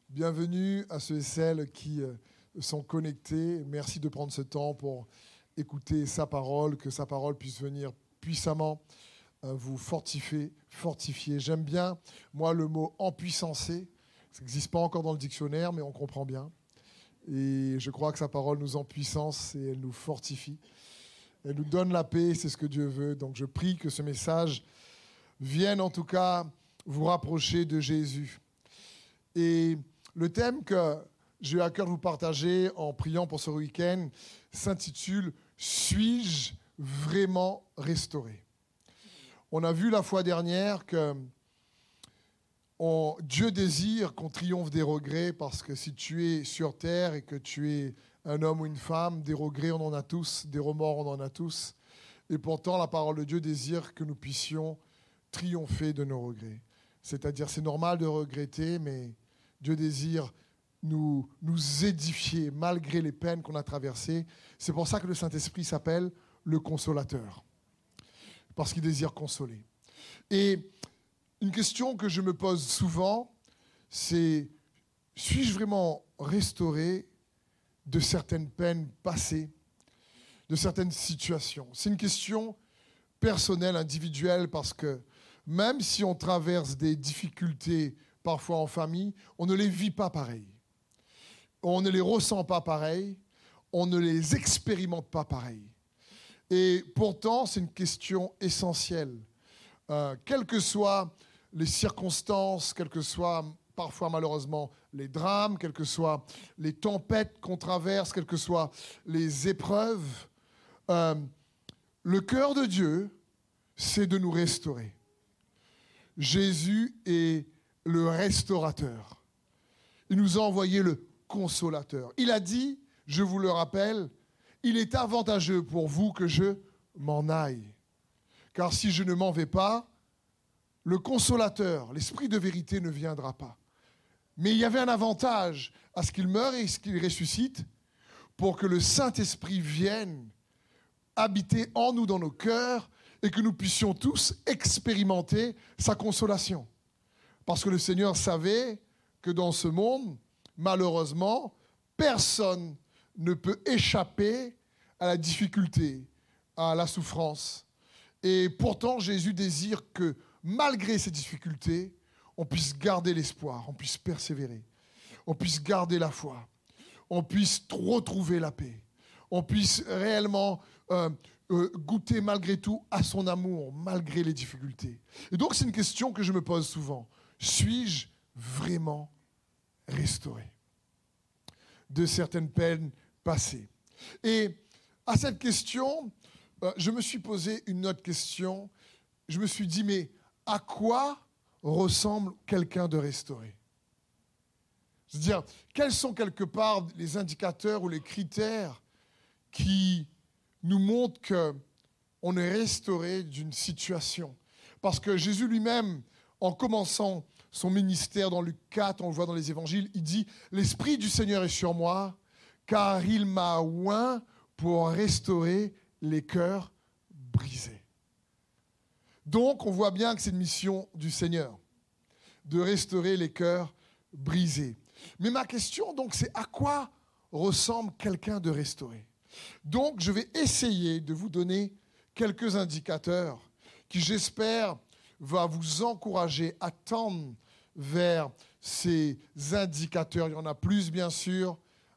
Bienvenue à ceux et celles qui sont connectés. Merci de prendre ce temps pour écouter sa parole, que sa parole puisse venir puissamment vous fortifier. J'aime bien, moi, le mot « empuissancer ». Ça n'existe pas encore dans le dictionnaire, mais on comprend bien. Et je crois que sa parole nous empuissance et elle nous fortifie. Elle nous donne la paix, c'est ce que Dieu veut. Donc je prie que ce message vienne en tout cas vous rapprocher de Jésus. Et le thème que j'ai eu à cœur de vous partager en priant pour ce week-end s'intitule « Suis-je vraiment restauré ?» On a vu la fois dernière que Dieu désire qu'on triomphe des regrets parce que si tu es sur terre et que tu es un homme ou une femme, des regrets on en a tous, des remords on en a tous. Et pourtant la parole de Dieu désire que nous puissions triompher de nos regrets. C'est-à-dire c'est normal de regretter, mais Dieu désire nous édifier malgré les peines qu'on a traversées. C'est pour ça que le Saint-Esprit s'appelle le Consolateur, parce qu'il désire consoler. Et une question que je me pose souvent, c'est « Suis-je vraiment restauré de certaines peines passées, de certaines situations ?» C'est une question personnelle, individuelle, parce que même si on traverse des difficultés parfois en famille, on ne les vit pas pareil. On ne les ressent pas pareil, on ne les expérimente pas pareil. Et pourtant, c'est une question essentielle. Quelles que soient les circonstances, quelles que soient parfois malheureusement les drames, quelles que soient les tempêtes qu'on traverse, quelles que soient les épreuves, le cœur de Dieu, c'est de nous restaurer. Jésus est le restaurateur. Il nous a envoyé le consolateur. Il a dit, je vous le rappelle, il est avantageux pour vous que je m'en aille. Car si je ne m'en vais pas, le consolateur, l'esprit de vérité ne viendra pas. Mais il y avait un avantage à ce qu'il meure et à ce qu'il ressuscite pour que le Saint-Esprit vienne habiter en nous, dans nos cœurs, et que nous puissions tous expérimenter sa consolation. Parce que le Seigneur savait que dans ce monde, malheureusement, personne ne peut échapper à la difficulté, à la souffrance. Et pourtant, Jésus désire que, malgré ces difficultés, on puisse garder l'espoir, on puisse persévérer, on puisse garder la foi, on puisse retrouver la paix, on puisse réellement goûter malgré tout à son amour, malgré les difficultés. Et donc, c'est une question que je me pose souvent. Suis-je vraiment restauré de certaines peines passées? Et à cette question, je me suis posé une autre question. Je me suis dit, mais à quoi ressemble quelqu'un de restauré? C'est-à-dire, quels sont quelque part les indicateurs ou les critères qui nous montrent qu'on est restauré d'une situation? Parce que Jésus lui-même, en commençant son ministère dans Luc 4, on le voit dans les évangiles, il dit « L'Esprit du Seigneur est sur moi, car il m'a oint pour restaurer les cœurs brisés. » Donc, on voit bien que c'est une mission du Seigneur, de restaurer les cœurs brisés. Mais ma question, donc, c'est à quoi ressemble quelqu'un de restauré? Donc, je vais essayer de vous donner quelques indicateurs qui, j'espère, va vous encourager à tendre vers ces indicateurs. Il y en a plus, bien sûr.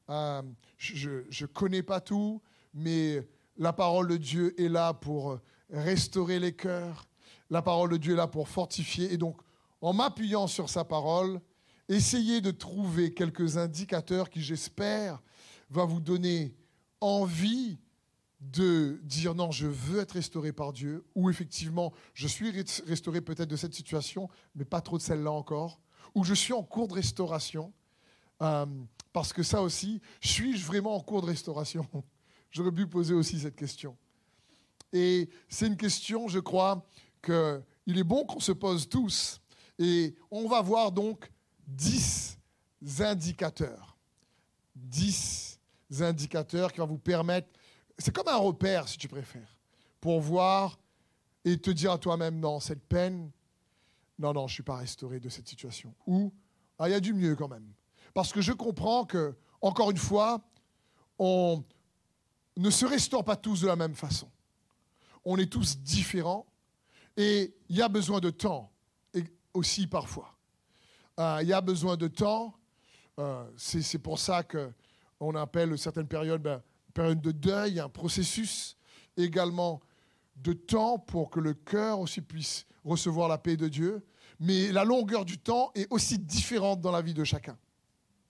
Je ne connais pas tout, mais la parole de Dieu est là pour restaurer les cœurs. La parole de Dieu est là pour fortifier. Et donc, en m'appuyant sur sa parole, essayez de trouver quelques indicateurs qui, j'espère, va vous donner envie de dire non, je veux être restauré par Dieu, ou effectivement, je suis restauré peut-être de cette situation, mais pas trop de celle-là encore, ou je suis en cours de restauration, parce que ça aussi, suis-je vraiment en cours de restauration? J'aurais pu poser aussi cette question. Et c'est une question, je crois, qu'il est bon qu'on se pose tous. Et on va voir donc 10 indicateurs. 10 indicateurs qui vont vous permettre... C'est comme un repère, si tu préfères, pour voir et te dire à toi-même, non, cette peine, non, je ne suis pas restauré de cette situation. Ou, il y a du mieux quand même. Parce que je comprends que, encore une fois, on ne se restaure pas tous de la même façon. On est tous différents et il y a besoin de temps et aussi parfois. Il y a besoin de temps. C'est pour ça qu'on appelle certaines périodes période de deuil, un processus également de temps pour que le cœur aussi puisse recevoir la paix de Dieu. Mais la longueur du temps est aussi différente dans la vie de chacun. D'accord ?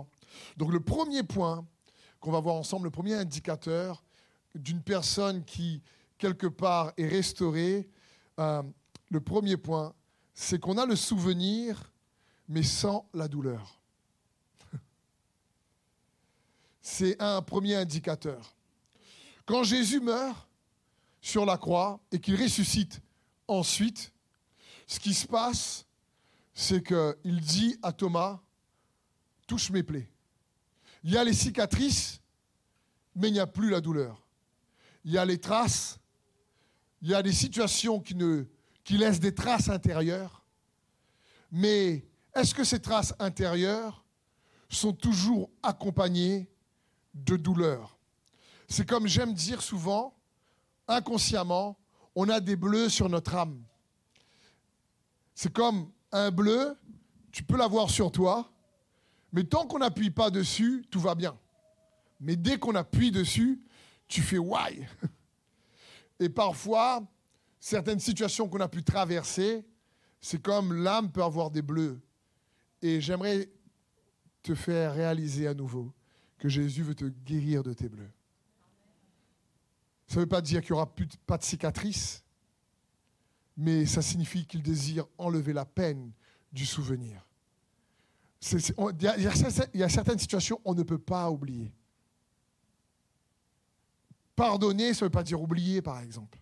Donc le premier point qu'on va voir ensemble, le premier indicateur d'une personne qui, quelque part, est restaurée, le premier point, c'est qu'on a le souvenir, mais sans la douleur. C'est un premier indicateur. Quand Jésus meurt sur la croix et qu'il ressuscite ensuite, ce qui se passe, c'est qu'il dit à Thomas, « Touche mes plaies ». Il y a les cicatrices, mais il n'y a plus la douleur. Il y a les traces, il y a des situations qui laissent des traces intérieures. Mais est-ce que ces traces intérieures sont toujours accompagnées de douleur? C'est comme j'aime dire souvent, inconsciemment, on a des bleus sur notre âme. C'est comme un bleu, tu peux l'avoir sur toi, mais tant qu'on n'appuie pas dessus, tout va bien. Mais dès qu'on appuie dessus, tu fais « why ». Et parfois, certaines situations qu'on a pu traverser, c'est comme l'âme peut avoir des bleus. Et j'aimerais te faire réaliser à nouveau que Jésus veut te guérir de tes bleus. Ça ne veut pas dire qu'il n'y aura pas de cicatrices, mais ça signifie qu'il désire enlever la peine du souvenir. Il y a certaines situations qu'on ne peut pas oublier. Pardonner, ça ne veut pas dire oublier, par exemple.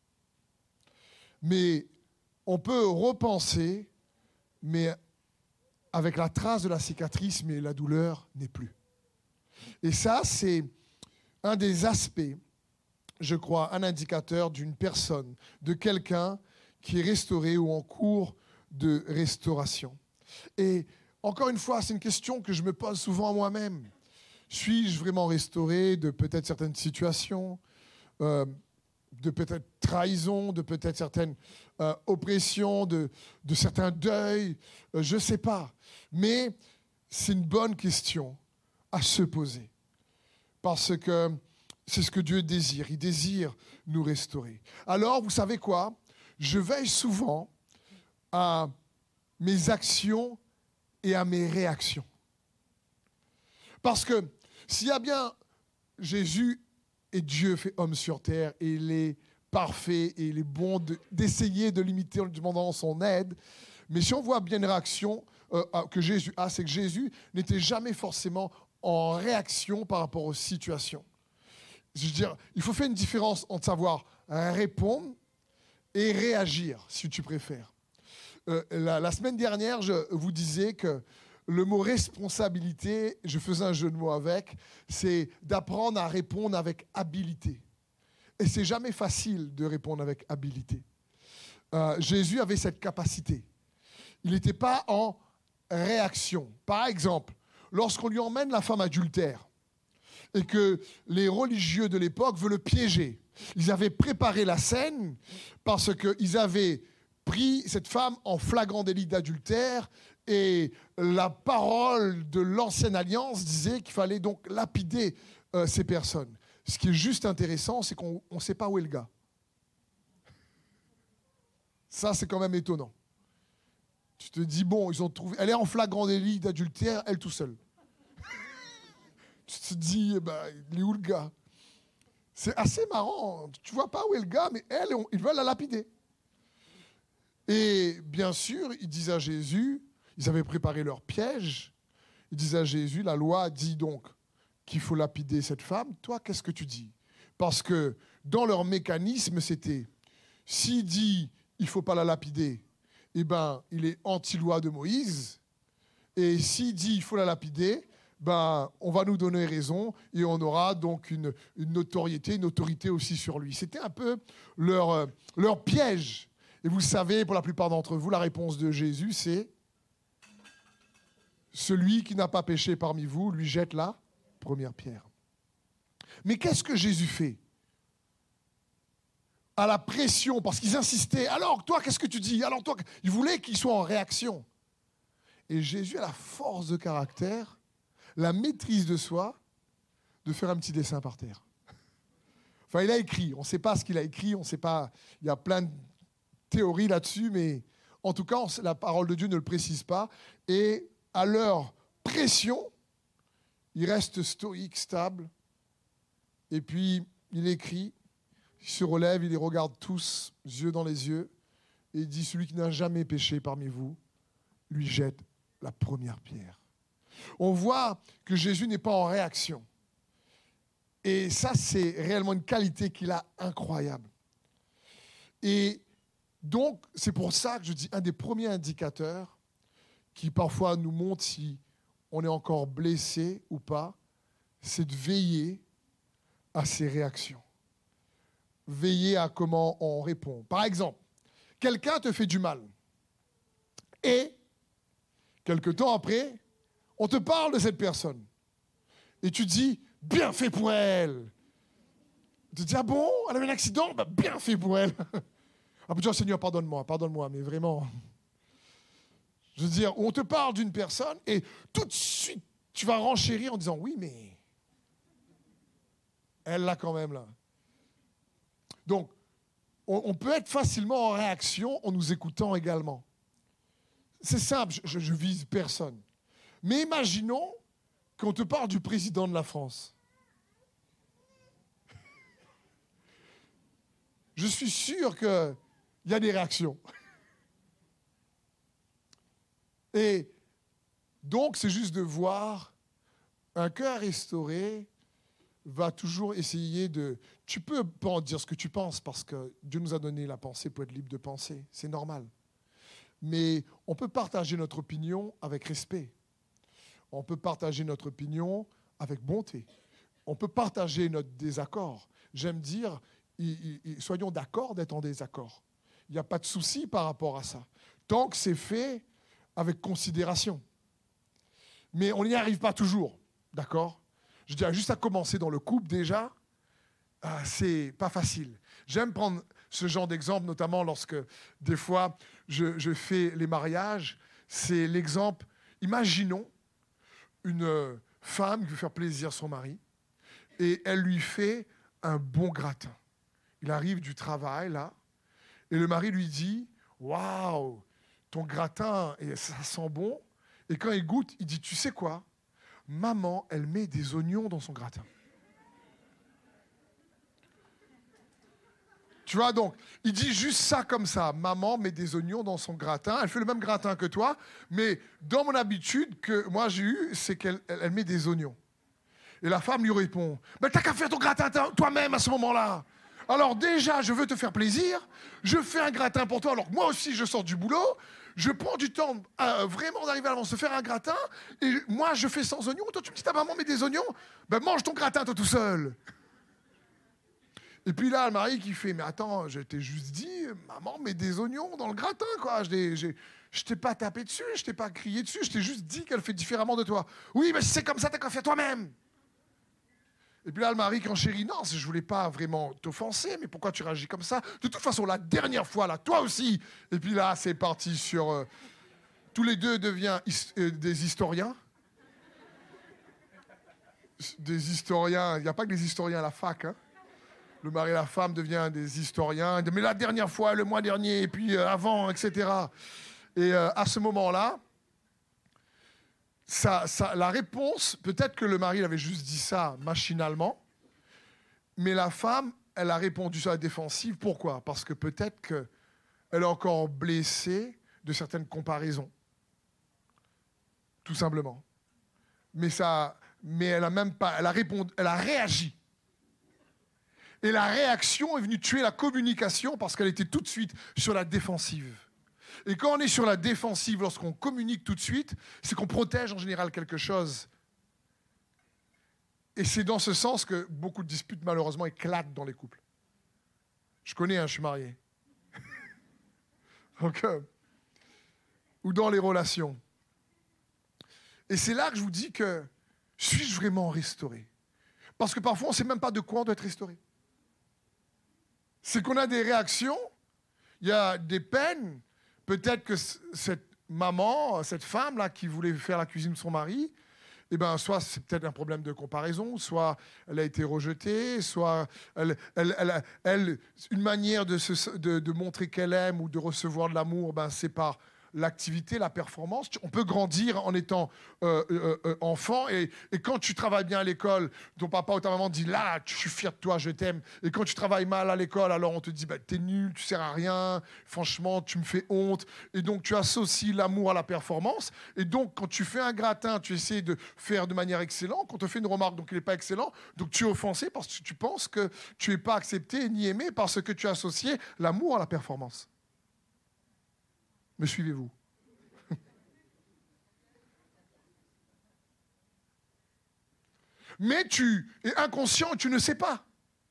Mais on peut repenser, mais avec la trace de la cicatrice, mais la douleur n'est plus. Et ça, c'est un des aspects, je crois, un indicateur d'une personne, de quelqu'un qui est restauré ou en cours de restauration. Et encore une fois, c'est une question que je me pose souvent à moi-même. Suis-je vraiment restauré de peut-être certaines situations, de peut-être trahison, de peut-être certaines oppressions, de certains deuils, je ne sais pas. Mais c'est une bonne question à se poser. Parce que c'est ce que Dieu désire. Il désire nous restaurer. Alors, vous savez quoi ? Je veille souvent à mes actions et à mes réactions. Parce que s'il y a bien Jésus et Dieu fait homme sur terre et il est parfait et il est bon d'essayer de l'imiter en lui demandant son aide, mais si on voit bien une réaction que Jésus a, c'est que Jésus n'était jamais forcément en réaction par rapport aux situations. Je veux dire, il faut faire une différence entre savoir répondre et réagir, si tu préfères. La semaine dernière, je vous disais que le mot responsabilité, je faisais un jeu de mots avec, c'est d'apprendre à répondre avec habilité. Et c'est jamais facile de répondre avec habilité. Jésus avait cette capacité. Il n'était pas en réaction. Par exemple, lorsqu'on lui emmène la femme adultère et que les religieux de l'époque veulent le piéger, ils avaient préparé la scène parce qu'ils avaient pris cette femme en flagrant délit d'adultère et la parole de l'ancienne alliance disait qu'il fallait donc lapider ces personnes. Ce qui est juste intéressant, c'est qu'on ne sait pas où est le gars. Ça, c'est quand même étonnant. Tu te dis, bon, ils ont trouvé... Elle est en flagrant délit d'adultère, elle tout seule. Tu te dis, il est où le gars ? C'est assez marrant. Tu ne vois pas où est le gars, mais elle, ils veulent la lapider. Et bien sûr, ils disent à Jésus, ils avaient préparé leur piège, ils disent à Jésus, la loi dit donc qu'il faut lapider cette femme. Toi, qu'est-ce que tu dis ? Parce que dans leur mécanisme, c'était, s'il dit il ne faut pas la lapider, eh ben, il est anti-loi de Moïse. Et s'il dit il faut la lapider, on va nous donner raison et on aura donc une notoriété, une autorité aussi sur lui. C'était un peu leur piège. Et vous savez, pour la plupart d'entre vous, la réponse de Jésus, c'est celui qui n'a pas péché parmi vous, lui jette la première pierre. Mais qu'est-ce que Jésus fait ? À la pression, parce qu'ils insistaient. Alors, toi, qu'est-ce que tu dis ? Alors, toi, ils voulaient qu'ils soient en réaction. Et Jésus a la force de caractère, la maîtrise de soi, de faire un petit dessin par terre. Enfin, il a écrit. On ne sait pas ce qu'il a écrit. On ne sait pas. Il y a plein de théories là-dessus, mais en tout cas, la parole de Dieu ne le précise pas. Et à leur pression, il reste stoïque, stable. Et puis, il écrit. Il se relève, il les regarde tous, yeux dans les yeux, et il dit, celui qui n'a jamais péché parmi vous, lui jette la première pierre. On voit que Jésus n'est pas en réaction. Et ça, c'est réellement une qualité qu'il a incroyable. Et donc, c'est pour ça que je dis, un des premiers indicateurs qui parfois nous montre si on est encore blessé ou pas, c'est de veiller à ses réactions. Veiller à comment on répond. Par exemple, quelqu'un te fait du mal. Et, quelque temps après, on te parle de cette personne. Et tu dis, bien fait pour elle. Tu te dis, ah bon, elle a eu un accident ? Bah, bien fait pour elle. Ah, putain, Seigneur, pardonne-moi, mais vraiment. Je veux dire, on te parle d'une personne et tout de suite, tu vas renchérir en disant, oui, mais elle l'a quand même là. Donc, on peut être facilement en réaction en nous écoutant également. C'est simple, je vise personne. Mais imaginons qu'on te parle du président de la France. Je suis sûr qu'il y a des réactions. Et donc, c'est juste de voir un cœur restauré va toujours essayer de... Tu peux pas en dire ce que tu penses parce que Dieu nous a donné la pensée pour être libre de penser. C'est normal. Mais on peut partager notre opinion avec respect. On peut partager notre opinion avec bonté. On peut partager notre désaccord. J'aime dire, soyons d'accord d'être en désaccord. Il n'y a pas de souci par rapport à ça. Tant que c'est fait avec considération. Mais on n'y arrive pas toujours. D'accord ? Je dirais juste à commencer dans le couple déjà, c'est pas facile. J'aime prendre ce genre d'exemple, notamment lorsque des fois je fais les mariages. C'est l'exemple, imaginons une femme qui veut faire plaisir à son mari et elle lui fait un bon gratin. Il arrive du travail là et le mari lui dit « Waouh, ton gratin, ça sent bon ». Et quand il goûte, il dit « Tu sais quoi ? Maman, elle met des oignons dans son gratin. » Tu vois, donc, il dit juste ça comme ça. Maman met des oignons dans son gratin. Elle fait le même gratin que toi, mais dans mon habitude que moi j'ai eue, c'est qu'elle met des oignons. Et la femme lui répond, « Mais t'as qu'à faire ton gratin toi-même à ce moment-là. Alors déjà, je veux te faire plaisir. Je fais un gratin pour toi. Alors que moi aussi, je sors du boulot. Je prends du temps vraiment d'arriver à l'avance, de faire un gratin. Et moi, je fais sans oignons. Toi, tu me dis, ta maman met des oignons. Ben, mange ton gratin, toi, tout seul. » Et puis là, le mari qui fait, « Mais attends, je t'ai juste dit, maman met des oignons dans le gratin, quoi. Je t'ai pas tapé dessus, je t'ai pas crié dessus. Je t'ai juste dit qu'elle fait différemment de toi. Oui, mais si c'est comme ça, t'as qu'à faire toi-même. » Et puis là, le mari qui enchérit, « Non, je voulais pas vraiment t'offenser, mais pourquoi tu réagis comme ça ? De toute façon, la dernière fois, là, toi aussi. » Et puis là, c'est parti sur... tous les deux deviennent des historiens. Des historiens, il n'y a pas que des historiens à la fac, hein. Le mari et la femme deviennent des historiens. Mais la dernière fois, le mois dernier, et puis avant, etc. Et à ce moment-là, la réponse, peut-être que le mari avait juste dit ça machinalement, mais la femme, elle a répondu sur la défensive. Pourquoi ? Parce que peut-être qu'elle est encore blessée de certaines comparaisons. Tout simplement. Mais elle a même pas, elle a réagi. Et la réaction est venue tuer la communication parce qu'elle était tout de suite sur la défensive. Et quand on est sur la défensive, lorsqu'on communique tout de suite, c'est qu'on protège en général quelque chose. Et c'est dans ce sens que beaucoup de disputes, malheureusement, éclatent dans les couples. Je connais, je suis marié. Donc, ou dans les relations. Et c'est là que je vous dis que suis-je vraiment restauré? Parce que parfois, on ne sait même pas de quoi on doit être restauré. C'est qu'on a des réactions, il y a des peines. Peut-être que cette maman, cette femme-là qui voulait faire la cuisine de son mari, eh ben, soit c'est peut-être un problème de comparaison, soit elle a été rejetée, soit une manière de montrer qu'elle aime ou de recevoir de l'amour, ben, c'est par l'activité, la performance. On peut grandir en étant enfant et quand tu travailles bien à l'école, ton papa ou ta maman dit là, je suis fier de toi, je t'aime. Et quand tu travailles mal à l'école, alors on te dit bah, t'es nul, tu sers à rien, franchement, tu me fais honte. Et donc tu associes l'amour à la performance. Et donc quand tu fais un gratin, tu essaies de faire de manière excellente. Quand on te fait une remarque, donc il n'est pas excellent, donc tu es offensé parce que tu penses que tu n'es pas accepté ni aimé parce que tu as associé l'amour à la performance. Me suivez-vous? Mais tu es inconscient et tu ne sais pas.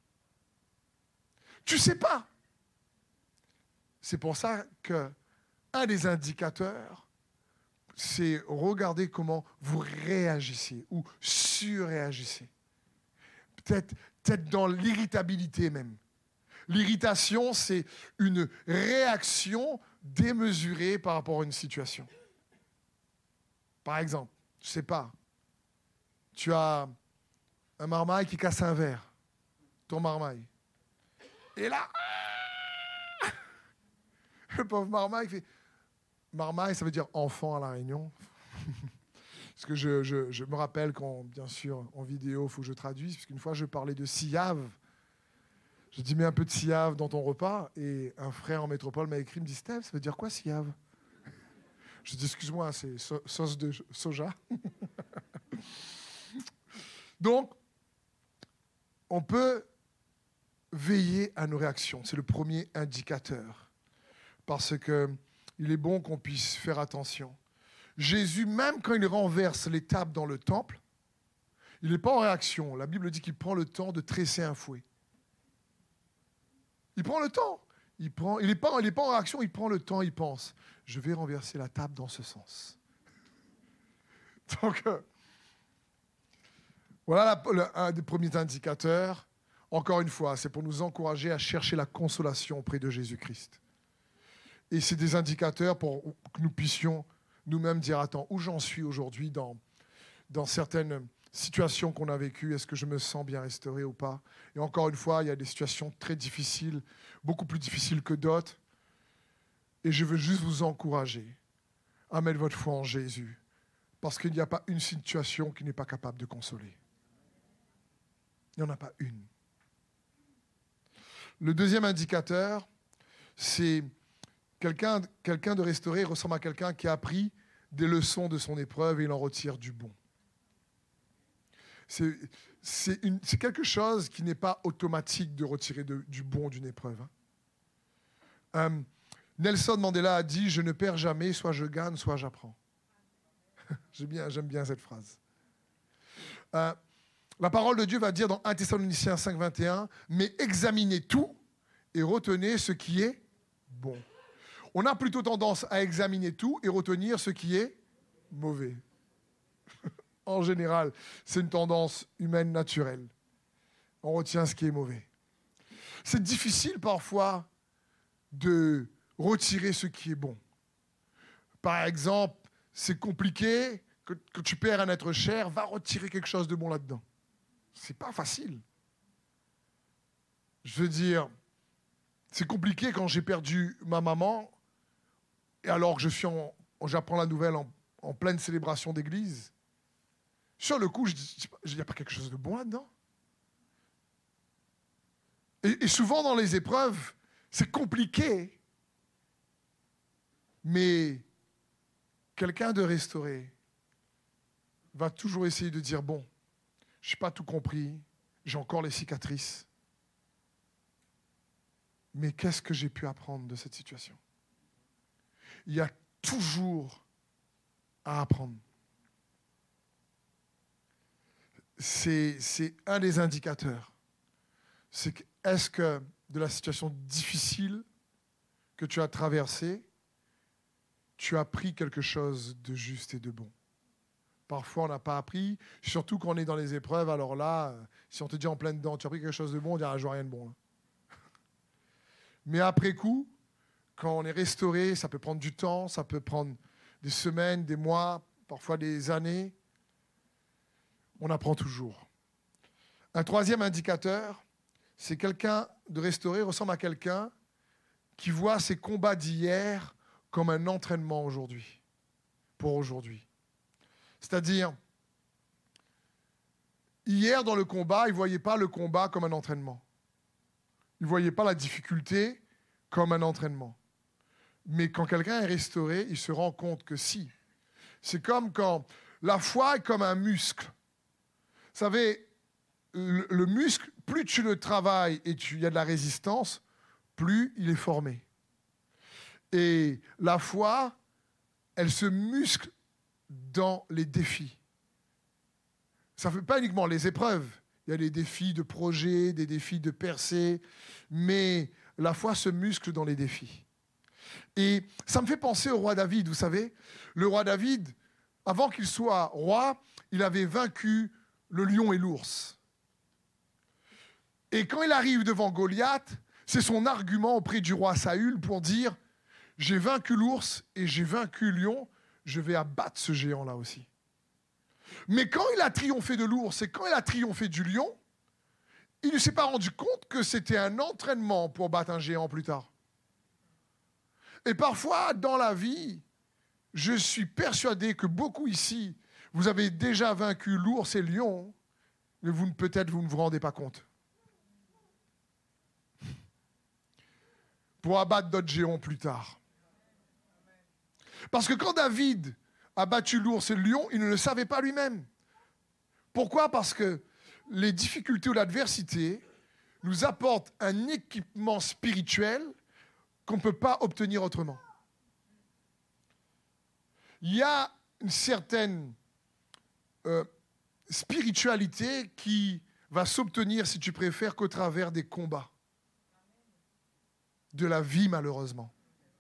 Tu ne sais pas. C'est pour ça qu'un des indicateurs, c'est regarder comment vous réagissez ou surréagissez. Peut-être dans l'irritabilité même. L'irritation, c'est une réaction démesurée par rapport à une situation. Par exemple, je ne sais pas, tu as un marmaille qui casse un verre, ton marmaille. Et là, le pauvre marmaille fait... Marmaille, ça veut dire enfant à La Réunion. Parce que je me rappelle quand, bien sûr, en vidéo, il faut que je traduise, parce qu'une fois, je parlais de sillave. Je dis, mets un peu de sillave dans ton repas. Et un frère en métropole m'a écrit, me dit, Steph, ça veut dire quoi, sillave? Je dis, excuse-moi, c'est sauce de soja. Donc, on peut veiller à nos réactions. C'est le premier indicateur. Parce qu'il est bon qu'on puisse faire attention. Jésus, même quand il renverse les tables dans le temple, il n'est pas en réaction. La Bible dit qu'il prend le temps de tresser un fouet. Il prend le temps. Il n'est pas en réaction, il prend le temps, il pense. Je vais renverser la table dans ce sens. Donc, voilà un des premiers indicateurs. Encore une fois, c'est pour nous encourager à chercher la consolation auprès de Jésus-Christ. Et c'est des indicateurs pour que nous puissions nous-mêmes dire, attends, où j'en suis aujourd'hui dans certaines situations qu'on a vécues, est-ce que je me sens bien restauré ou pas? Et encore une fois, il y a des situations très difficiles, beaucoup plus difficiles que d'autres. Et je veux juste vous encourager à mettre votre foi en Jésus, parce qu'il n'y a pas une situation qui n'est pas capable de consoler. Il n'y en a pas une. Le deuxième indicateur, c'est quelqu'un de restauré ressemble à quelqu'un qui a appris des leçons de son épreuve et il en retire du bon. C'est quelque chose qui n'est pas automatique de retirer du bon d'une épreuve. Nelson Mandela a dit « Je ne perds jamais, soit je gagne, soit j'apprends ». J'aime bien cette phrase. La parole de Dieu va dire dans 1 Thessaloniciens 5, 21 « Mais examinez tout et retenez ce qui est bon ». On a plutôt tendance à examiner tout et retenir ce qui est mauvais. En général, c'est une tendance humaine naturelle. On retient ce qui est mauvais. C'est difficile parfois de retirer ce qui est bon. Par exemple, c'est compliqué que tu perds un être cher, va retirer quelque chose de bon là-dedans. C'est pas facile. Je veux dire, c'est compliqué quand j'ai perdu ma maman, et alors que j'apprends la nouvelle en pleine célébration d'église. Sur le coup, je dis, il n'y a pas quelque chose de bon là-dedans? Et souvent dans les épreuves, c'est compliqué. Mais quelqu'un de restauré va toujours essayer de dire, bon, je n'ai pas tout compris, j'ai encore les cicatrices. Mais qu'est-ce que j'ai pu apprendre de cette situation? Il y a toujours à apprendre. C'est un des indicateurs. C'est que, est-ce que de la situation difficile que tu as traversée, tu as pris quelque chose de juste et de bon? Parfois, on n'a pas appris, surtout quand on est dans les épreuves. Alors là, si on te dit en pleine dent, tu as appris quelque chose de bon, on dira, je vois rien de bon. Mais après coup, quand on est restauré, ça peut prendre du temps, ça peut prendre des semaines, des mois, parfois des années. On apprend toujours. Un troisième indicateur, c'est quelqu'un de restauré ressemble à quelqu'un qui voit ses combats d'hier comme un entraînement aujourd'hui, pour aujourd'hui. C'est-à-dire, hier dans le combat, il ne voyait pas le combat comme un entraînement. Il ne voyait pas la difficulté comme un entraînement. Mais quand quelqu'un est restauré, il se rend compte que si. C'est comme quand la foi est comme un muscle. Vous savez, le muscle, plus tu le travailles et il y a de la résistance, plus il est formé. Et la foi, elle se muscle dans les défis. Ça ne fait pas uniquement les épreuves. Il y a des défis de projet, des défis de percée, mais la foi se muscle dans les défis. Et ça me fait penser au roi David, vous savez. Le roi David, avant qu'il soit roi, il avait vaincu le lion et l'ours. Et quand il arrive devant Goliath, c'est son argument auprès du roi Saül pour dire « J'ai vaincu l'ours et j'ai vaincu le lion, je vais abattre ce géant-là aussi. » Mais quand il a triomphé de l'ours et quand il a triomphé du lion, il ne s'est pas rendu compte que c'était un entraînement pour battre un géant plus tard. Et parfois, dans la vie, je suis persuadé que beaucoup ici, vous avez déjà vaincu l'ours et le lion, mais peut-être vous ne vous rendez pas compte. Pour abattre d'autres géants plus tard. Parce que quand David a battu l'ours et le lion, il ne le savait pas lui-même. Pourquoi ? Parce que les difficultés ou l'adversité nous apportent un équipement spirituel qu'on ne peut pas obtenir autrement. Il y a une certaine spiritualité qui va s'obtenir, si tu préfères, qu'au travers des combats. De la vie, malheureusement.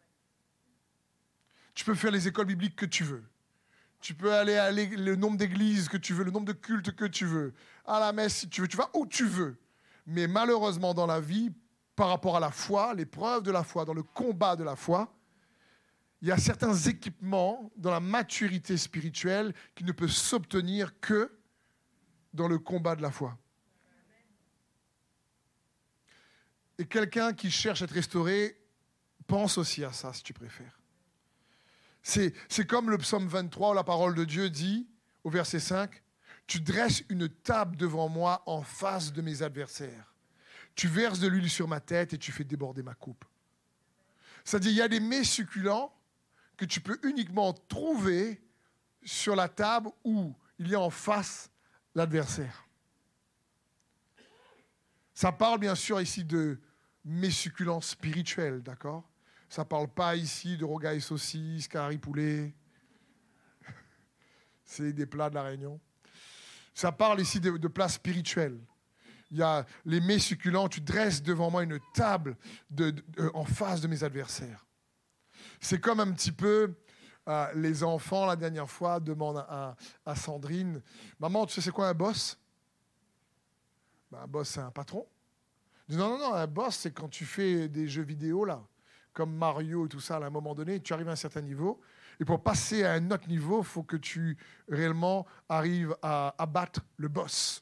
Tu peux faire les écoles bibliques que tu veux. Tu peux aller le nombre d'églises que tu veux, le nombre de cultes que tu veux. À la messe, si tu veux, tu vas où tu veux. Mais malheureusement, dans la vie, par rapport à la foi, l'épreuve de la foi, dans le combat de la foi, il y a certains équipements dans la maturité spirituelle qui ne peuvent s'obtenir que dans le combat de la foi. Et quelqu'un qui cherche à être restauré pense aussi à ça, si tu préfères. C'est comme le psaume 23 où la parole de Dieu dit, au verset 5, « Tu dresses une table devant moi en face de mes adversaires. Tu verses de l'huile sur ma tête et tu fais déborder ma coupe. » C'est-à-dire, il y a des mets succulents que tu peux uniquement trouver sur la table où il y a en face l'adversaire. Ça parle bien sûr ici de mets succulents spirituels, d'accord ? Ça ne parle pas ici de rogailles saucisses, caries poulet. C'est des plats de la Réunion. Ça parle ici de plats spirituels. Il y a les mets succulents, tu dresses devant moi une table en face de mes adversaires. C'est comme un petit peu les enfants, la dernière fois, demandent à Sandrine, « Maman, tu sais c'est quoi un boss ?» Un boss, c'est un patron. Je dis, non, un boss, c'est quand tu fais des jeux vidéo, là, comme Mario et tout ça, à un moment donné, tu arrives à un certain niveau, et pour passer à un autre niveau, il faut que tu réellement arrives à battre le boss.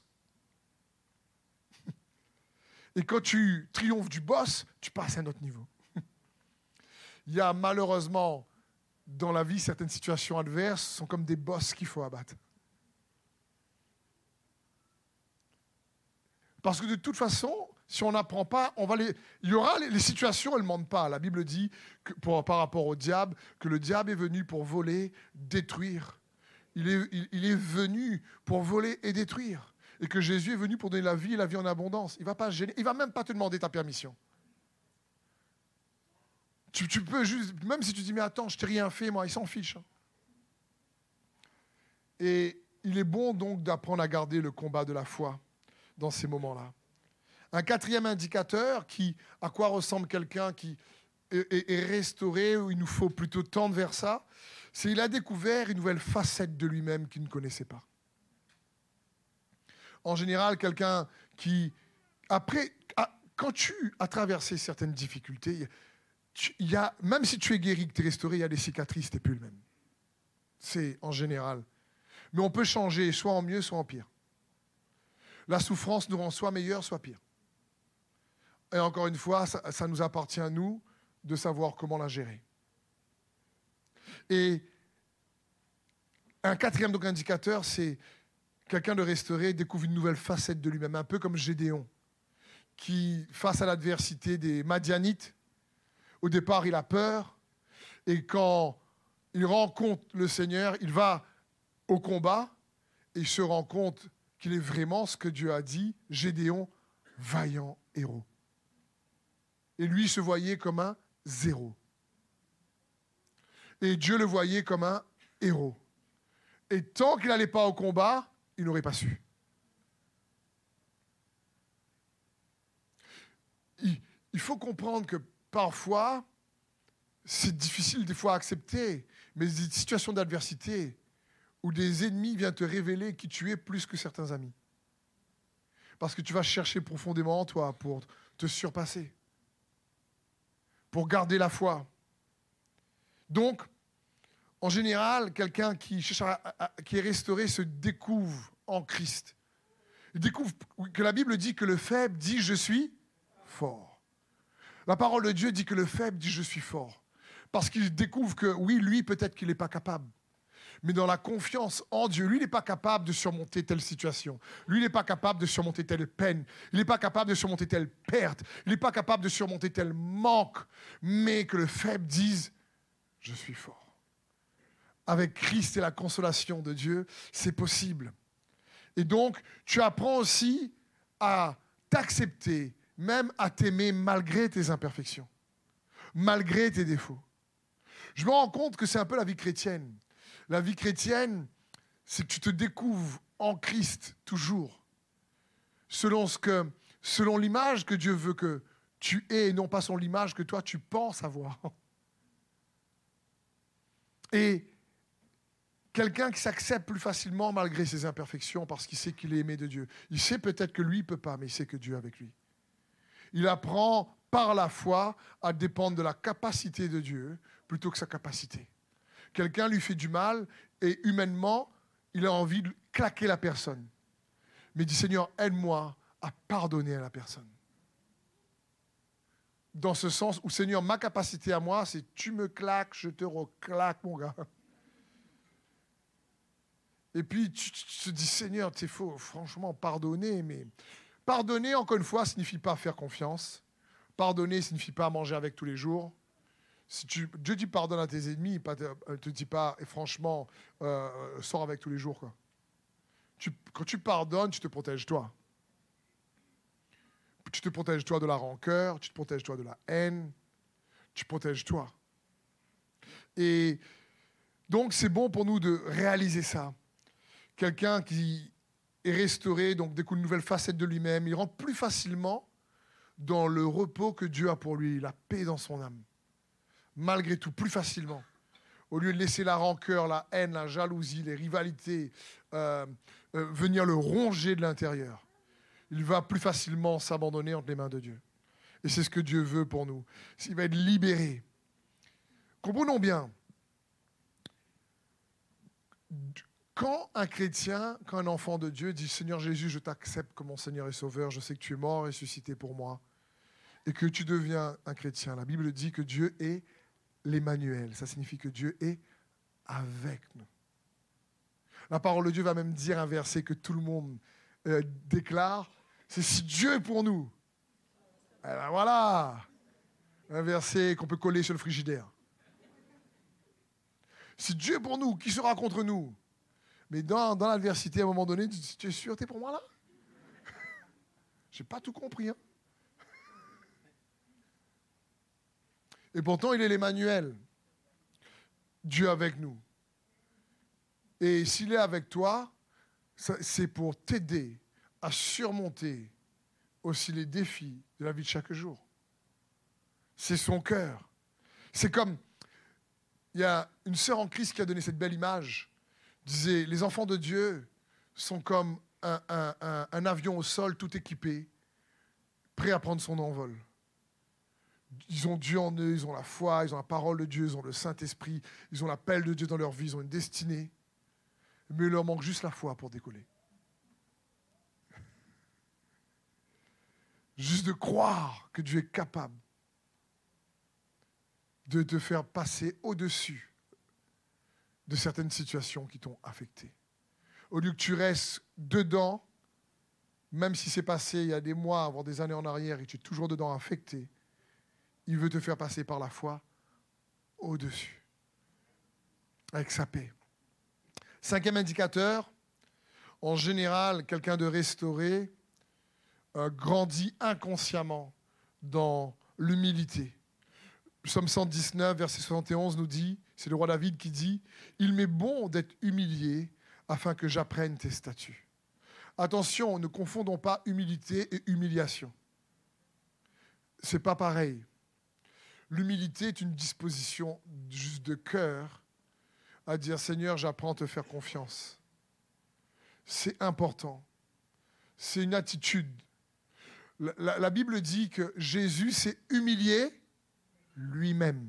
Et quand tu triomphes du boss, tu passes à un autre niveau. Il y a malheureusement, dans la vie, certaines situations adverses sont comme des boss qu'il faut abattre. Parce que de toute façon, si on n'apprend pas, il y aura les situations, elles ne mentent pas. La Bible dit, par rapport au diable, que le diable est venu pour voler, détruire. Il est venu pour voler et détruire. Et que Jésus est venu pour donner la vie et la vie en abondance. Il ne va pas gêner, il ne va même pas te demander ta permission. Tu peux juste, même si tu dis, mais attends, je t'ai rien fait, moi, il s'en fiche. Et il est bon donc d'apprendre à garder le combat de la foi dans ces moments-là. Un quatrième indicateur, à quoi ressemble quelqu'un qui est restauré, où il nous faut plutôt tendre vers ça, c'est qu'il a découvert une nouvelle facette de lui-même qu'il ne connaissait pas. En général, quelqu'un qui, quand tu as traversé certaines difficultés, même si tu es guéri, que tu es restauré, il y a des cicatrices, tu n'es plus le même. C'est en général. Mais on peut changer soit en mieux, soit en pire. La souffrance nous rend soit meilleur, soit pire. Et encore une fois, ça nous appartient à nous de savoir comment la gérer. Et un quatrième donc, indicateur, c'est quelqu'un de restauré découvre une nouvelle facette de lui-même, un peu comme Gédéon, qui, face à l'adversité des Madianites, au départ, il a peur, et quand il rencontre le Seigneur, il va au combat, et il se rend compte qu'il est vraiment ce que Dieu a dit, Gédéon, vaillant héros. Et lui se voyait comme un zéro. Et Dieu le voyait comme un héros. Et tant qu'il n'allait pas au combat, il n'aurait pas su. Il faut comprendre que parfois, c'est difficile des fois à accepter, mais des situations d'adversité où des ennemis viennent te révéler qui tu es plus que certains amis. Parce que tu vas chercher profondément en toi pour te surpasser, pour garder la foi. Donc, en général, quelqu'un qui est restauré se découvre en Christ. Il découvre que la Bible dit que le faible dit « je suis fort ». La parole de Dieu dit que le faible dit « je suis fort ». Parce qu'il découvre que oui, lui, peut-être qu'il n'est pas capable. Mais dans la confiance en Dieu, lui, il n'est pas capable de surmonter telle situation. Lui, il n'est pas capable de surmonter telle peine. Il n'est pas capable de surmonter telle perte. Il n'est pas capable de surmonter tel manque. Mais que le faible dise « je suis fort ». Avec Christ et la consolation de Dieu, c'est possible. Et donc, tu apprends aussi à t'accepter, même à t'aimer malgré tes imperfections, malgré tes défauts. Je me rends compte que c'est un peu la vie chrétienne. La vie chrétienne, c'est que tu te découvres en Christ toujours, selon l'image que Dieu veut que tu aies, et non pas selon l'image que toi tu penses avoir. Et quelqu'un qui s'accepte plus facilement malgré ses imperfections parce qu'il sait qu'il est aimé de Dieu. Il sait peut-être que lui ne peut pas, mais il sait que Dieu est avec lui. Il apprend par la foi à dépendre de la capacité de Dieu plutôt que sa capacité. Quelqu'un lui fait du mal et humainement, il a envie de claquer la personne. Mais il dit, Seigneur, aide-moi à pardonner à la personne. Dans ce sens où, Seigneur, ma capacité à moi, c'est tu me claques, je te reclaque, mon gars. Et puis, tu te dis, Seigneur, il faut franchement pardonner. Mais pardonner, encore une fois, signifie pas faire confiance. Pardonner signifie pas manger avec tous les jours. Si Dieu dit pardonne à tes ennemis, ne te dit pas, et franchement, sors avec tous les jours. Quoi. Quand tu pardonnes, tu te protèges toi. Tu te protèges toi de la rancœur, tu te protèges toi de la haine, tu protèges toi. Et donc, c'est bon pour nous de réaliser ça. Quelqu'un qui est restauré, donc découvre une nouvelle facette de lui-même, il rentre plus facilement dans le repos que Dieu a pour lui, la paix dans son âme. Malgré tout, plus facilement. Au lieu de laisser la rancœur, la haine, la jalousie, les rivalités venir le ronger de l'intérieur, il va plus facilement s'abandonner entre les mains de Dieu. Et c'est ce que Dieu veut pour nous. Il va être libéré. Comprenons bien. Quand un chrétien, quand un enfant de Dieu dit « Seigneur Jésus, je t'accepte comme mon Seigneur et Sauveur, je sais que tu es mort et ressuscité pour moi, et que tu deviens un chrétien », la Bible dit que Dieu est l'Emmanuel. Ça signifie que Dieu est avec nous. La parole de Dieu va même dire un verset que tout le monde déclare, c'est « Si Dieu est pour nous », eh ben voilà, un verset qu'on peut coller sur le frigidaire. Si Dieu est pour nous, qui sera contre nous? Mais dans l'adversité, à un moment donné, tu es sûr, t'es pour moi là? J'ai pas tout compris. Hein? Et pourtant, il est l'Emmanuel. Dieu avec nous. Et s'il est avec toi, c'est pour t'aider à surmonter aussi les défis de la vie de chaque jour. C'est son cœur. C'est comme, Il y a une sœur en Christ qui a donné cette belle image. Elle disait, les enfants de Dieu sont comme un avion au sol tout équipé, prêt à prendre son envol. Ils ont Dieu en eux, ils ont la foi, ils ont la parole de Dieu, ils ont le Saint-Esprit, ils ont l'appel de Dieu dans leur vie, ils ont une destinée. Mais il leur manque juste la foi pour décoller. Juste de croire que Dieu est capable de te faire passer au-dessus de certaines situations qui t'ont affecté. Au lieu que tu restes dedans, même si c'est passé il y a des mois, voire des années en arrière, et tu es toujours dedans affecté, il veut te faire passer par la foi au-dessus, avec sa paix. 5e indicateur, en général, quelqu'un de restauré grandit inconsciemment dans l'humilité. Psaume 119, verset 71 nous dit, c'est le roi David qui dit, « Il m'est bon d'être humilié afin que j'apprenne tes statuts. » Attention, ne confondons pas humilité et humiliation. C'est pas pareil. L'humilité est une disposition juste de cœur à dire, « Seigneur, j'apprends à te faire confiance. » C'est important. C'est une attitude. La Bible dit que Jésus s'est humilié lui-même.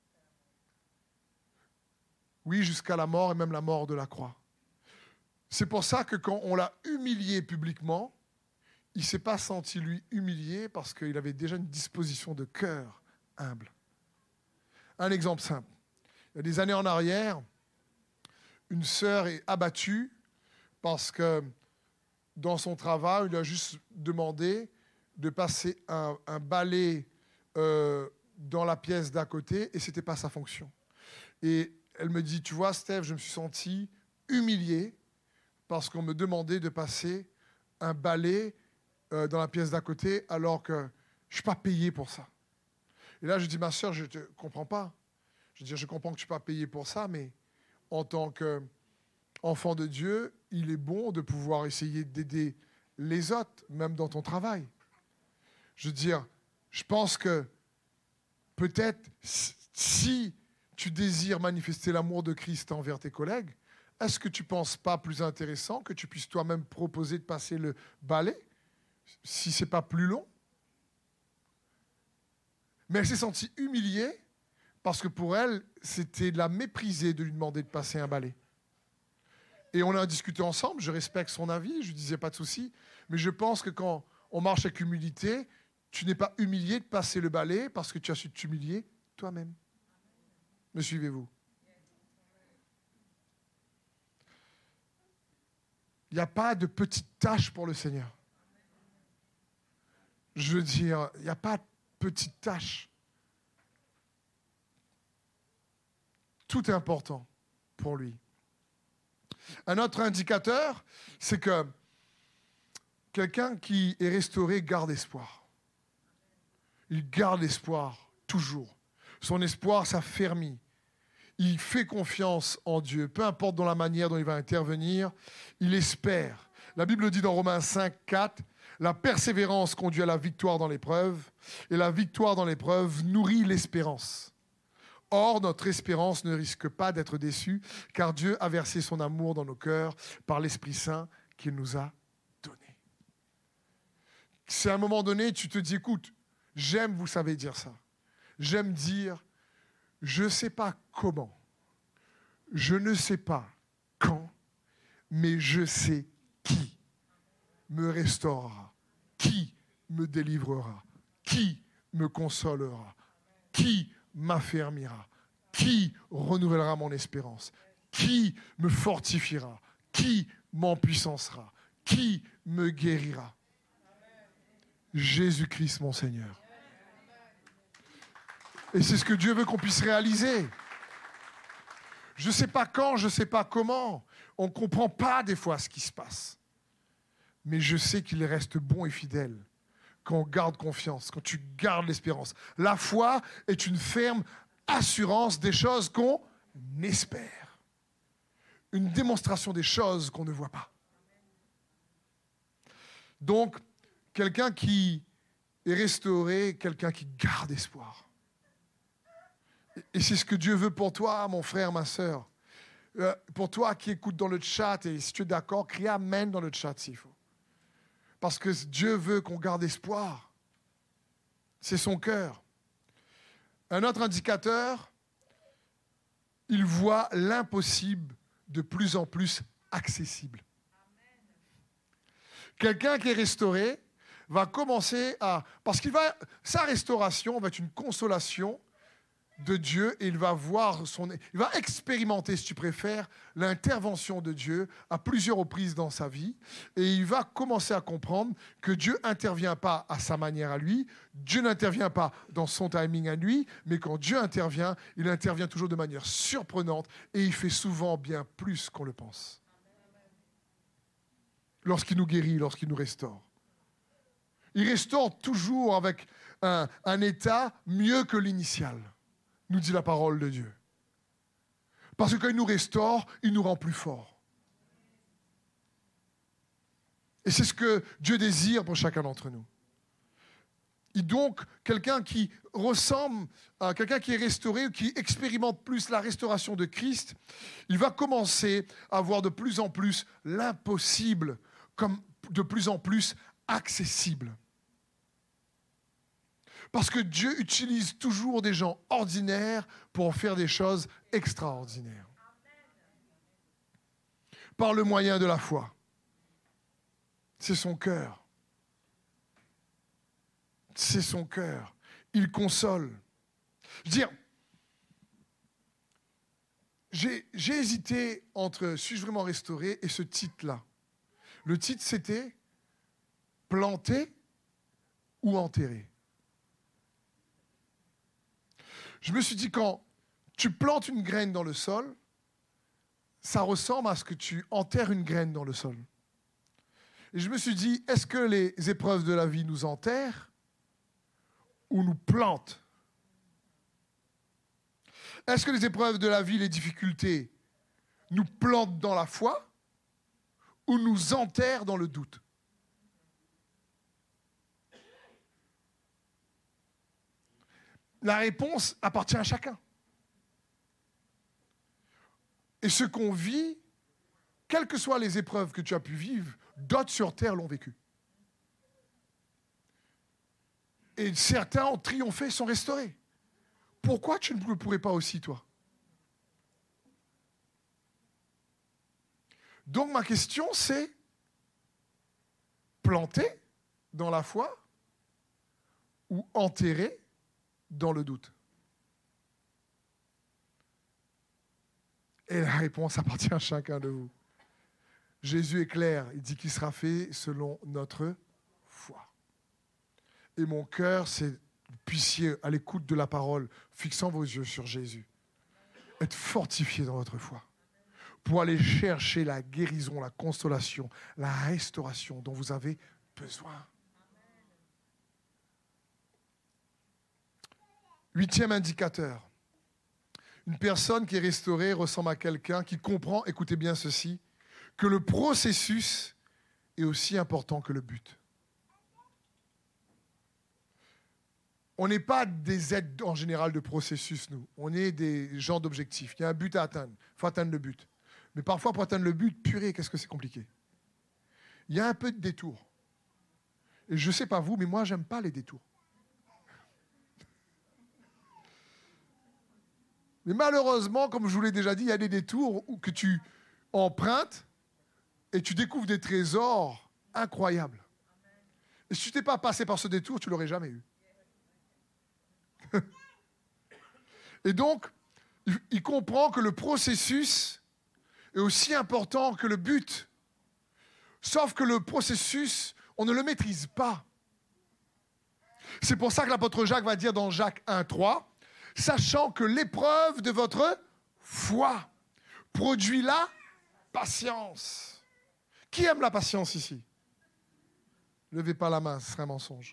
Oui, jusqu'à la mort et même la mort de la croix. C'est pour ça que quand on l'a humilié publiquement, il ne s'est pas senti lui humilié parce qu'il avait déjà une disposition de cœur humble. Un exemple simple. Il y a des années en arrière, une sœur est abattue parce que dans son travail, il lui a juste demandé de passer un balai dans la pièce d'à côté et ce n'était pas sa fonction. Et elle me dit, tu vois, Steph, je me suis senti humilié parce qu'on me demandait de passer un balai dans la pièce d'à côté alors que je ne suis pas payé pour ça. Et là, je dis, ma sœur, je ne te comprends pas. Je veux dire, je comprends que tu ne suis pas payé pour ça, mais en tant qu'enfant de Dieu, il est bon de pouvoir essayer d'aider les autres, même dans ton travail. Je veux dire, je pense que peut-être si tu désires manifester l'amour de Christ envers tes collègues, est-ce que tu ne penses pas plus intéressant que tu puisses toi-même proposer de passer le balai, si ce n'est pas plus long? Mais elle s'est sentie humiliée parce que pour elle, c'était de la mépriser de lui demander de passer un balai. Et on a discuté ensemble, je respecte son avis, je ne disais pas de souci, mais je pense que quand on marche avec humilité, tu n'es pas humilié de passer le balai parce que tu as su t'humilier toi-même. Me suivez-vous? Il n'y a pas de petite tâche pour le Seigneur. Je veux dire, il n'y a pas de petite tâche. Tout est important pour lui. Un autre indicateur, c'est que quelqu'un qui est restauré garde espoir. Il garde espoir toujours. Son espoir s'affermit. Il fait confiance en Dieu, peu importe dans la manière dont il va intervenir, il espère. La Bible dit dans Romains 5, 4, « La persévérance conduit à la victoire dans l'épreuve, et la victoire dans l'épreuve nourrit l'espérance. Or, notre espérance ne risque pas d'être déçue, car Dieu a versé son amour dans nos cœurs par l'Esprit Saint qu'il nous a donné. » C'est à un moment donné, tu te dis, écoute, j'aime, vous savez dire ça. J'aime dire, je ne sais pas comment, je ne sais pas quand, mais je sais qui me restaurera, qui me délivrera, qui me consolera, qui m'affermira, qui renouvellera mon espérance, qui me fortifiera, qui m'empuissancera, qui me guérira. Jésus-Christ, mon Seigneur. Et c'est ce que Dieu veut qu'on puisse réaliser. Je ne sais pas quand, je ne sais pas comment. On ne comprend pas des fois ce qui se passe. Mais je sais qu'il reste bon et fidèle quand on garde confiance, quand tu gardes l'espérance. La foi est une ferme assurance des choses qu'on espère. Une démonstration des choses qu'on ne voit pas. Donc, quelqu'un qui est restauré, quelqu'un qui garde espoir. Et c'est ce que Dieu veut pour toi, mon frère, ma sœur. Pour toi qui écoute dans le chat, et si tu es d'accord, crie Amen dans le chat s'il faut. Parce que Dieu veut qu'on garde espoir. C'est son cœur. Un autre indicateur, il voit l'impossible de plus en plus accessible. Quelqu'un qui est restauré va commencer à... Parce que sa restauration va être une consolation de Dieu et il va expérimenter, si tu préfères, l'intervention de Dieu à plusieurs reprises dans sa vie et il va commencer à comprendre que Dieu n'intervient pas à sa manière à lui, Dieu n'intervient pas dans son timing à lui, mais quand Dieu intervient, il intervient toujours de manière surprenante et il fait souvent bien plus qu'on le pense. Lorsqu'il nous guérit, lorsqu'il nous restaure. Il restaure toujours avec un état mieux que l'initial, nous dit la parole de Dieu. Parce que quand il nous restaure, il nous rend plus forts. Et c'est ce que Dieu désire pour chacun d'entre nous. Et donc, quelqu'un qui ressemble à quelqu'un qui est restauré, qui expérimente plus la restauration de Christ, il va commencer à voir de plus en plus l'impossible comme de plus en plus accessible. Parce que Dieu utilise toujours des gens ordinaires pour faire des choses extraordinaires. Par le moyen de la foi. C'est son cœur. C'est son cœur. Il console. Je veux dire, j'ai hésité entre « Suis-je vraiment restauré ?» et ce titre-là. Le titre, c'était « Planter ou enterrer ?» Je me suis dit, quand tu plantes une graine dans le sol, ça ressemble à ce que tu enterres une graine dans le sol. Et je me suis dit, est-ce que les épreuves de la vie nous enterrent ou nous plantent? Est-ce que les épreuves de la vie, les difficultés, nous plantent dans la foi ou nous enterrent dans le doute? La réponse appartient à chacun. Et ce qu'on vit, quelles que soient les épreuves que tu as pu vivre, d'autres sur terre l'ont vécu. Et certains ont triomphé, sont restaurés. Pourquoi tu ne le pourrais pas aussi, toi? Donc ma question, c'est planter dans la foi ou enterrer dans le doute? Et la réponse appartient à chacun de vous. Jésus est clair, il dit qu'il sera fait selon notre foi. Et mon cœur, c'est que vous puissiez, à l'écoute de la parole, fixant vos yeux sur Jésus, être fortifiés dans votre foi, pour aller chercher la guérison, la consolation, la restauration dont vous avez besoin. 8e indicateur. Une personne qui est restaurée ressemble à quelqu'un qui comprend, écoutez bien ceci, que le processus est aussi important que le but. On n'est pas des aides en général de processus, nous. On est des gens d'objectifs. Il y a un but à atteindre. Il faut atteindre le but. Mais parfois, pour atteindre le but, purée, qu'est-ce que c'est compliqué. Il y a un peu de détour. Et je ne sais pas vous, mais moi, je n'aime pas les détours. Mais malheureusement, comme je vous l'ai déjà dit, il y a des détours que tu empruntes et tu découvres des trésors incroyables. Et si tu n'étais pas passé par ce détour, tu ne l'aurais jamais eu. Et donc, il comprend que le processus est aussi important que le but. Sauf que le processus, on ne le maîtrise pas. C'est pour ça que l'apôtre Jacques va dire dans Jacques 1,3, sachant que l'épreuve de votre foi produit la patience. Qui aime la patience ici? Levez pas la main, ce serait un mensonge.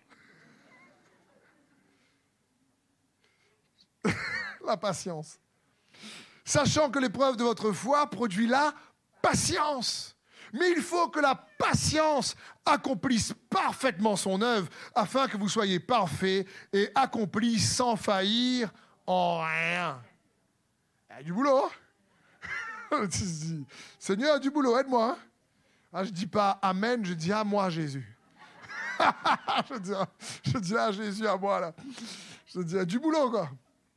La patience. Sachant que l'épreuve de votre foi produit la patience. Mais il faut que la patience accomplisse parfaitement son œuvre afin que vous soyez parfaits et accomplis sans faillir en rien. Il y a du boulot. Tu te dis, Seigneur, il y a du boulot, aide-moi. Hein. Ah, je ne dis pas Amen, je dis à moi, Jésus. je dis à Jésus, à moi, là. Je dis, il y a du boulot, quoi.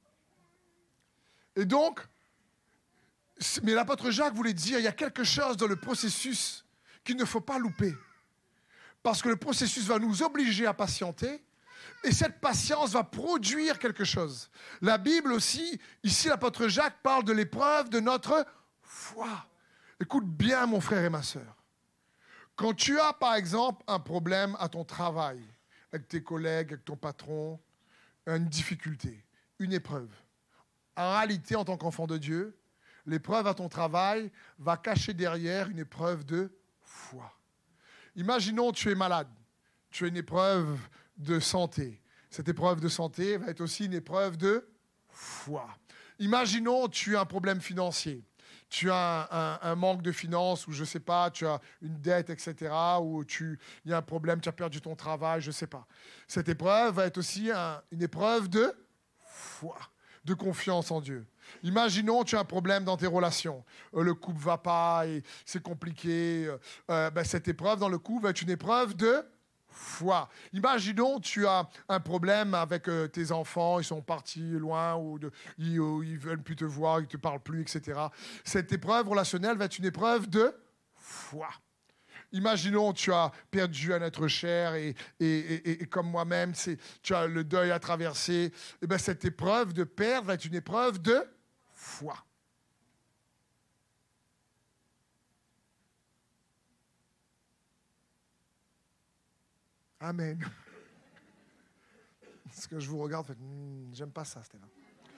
Et donc, mais l'apôtre Jacques voulait dire, il y a quelque chose dans le processus qu'il ne faut pas louper. Parce que le processus va nous obliger à patienter. Et cette patience va produire quelque chose. La Bible aussi, ici l'apôtre Jacques parle de l'épreuve de notre foi. Écoute bien mon frère et ma sœur. Quand tu as par exemple un problème à ton travail, avec tes collègues, avec ton patron, une difficulté, une épreuve. En réalité, en tant qu'enfant de Dieu, l'épreuve à ton travail va cacher derrière une épreuve de foi. Imaginons tu es malade, tu as une épreuve de santé. Cette épreuve de santé va être aussi une épreuve de foi. Imaginons tu as un problème financier. Tu as un manque de finances ou je ne sais pas, tu as une dette, etc. Ou il y a un problème, tu as perdu ton travail, je ne sais pas. Cette épreuve va être aussi une épreuve de foi, de confiance en Dieu. Imaginons tu as un problème dans tes relations. Le couple ne va pas et c'est compliqué. Cette épreuve dans le couple va être une épreuve de foi. Imaginons tu as un problème avec tes enfants, ils sont partis loin ou ils ne veulent plus te voir, ils ne te parlent plus, etc. Cette épreuve relationnelle va être une épreuve de foi. Imaginons tu as perdu un être cher et comme moi-même, tu as le deuil à traverser. Et cette épreuve de perdre va être une épreuve de foi. Amen. Parce que je vous regarde, j'aime pas ça, Stéphane.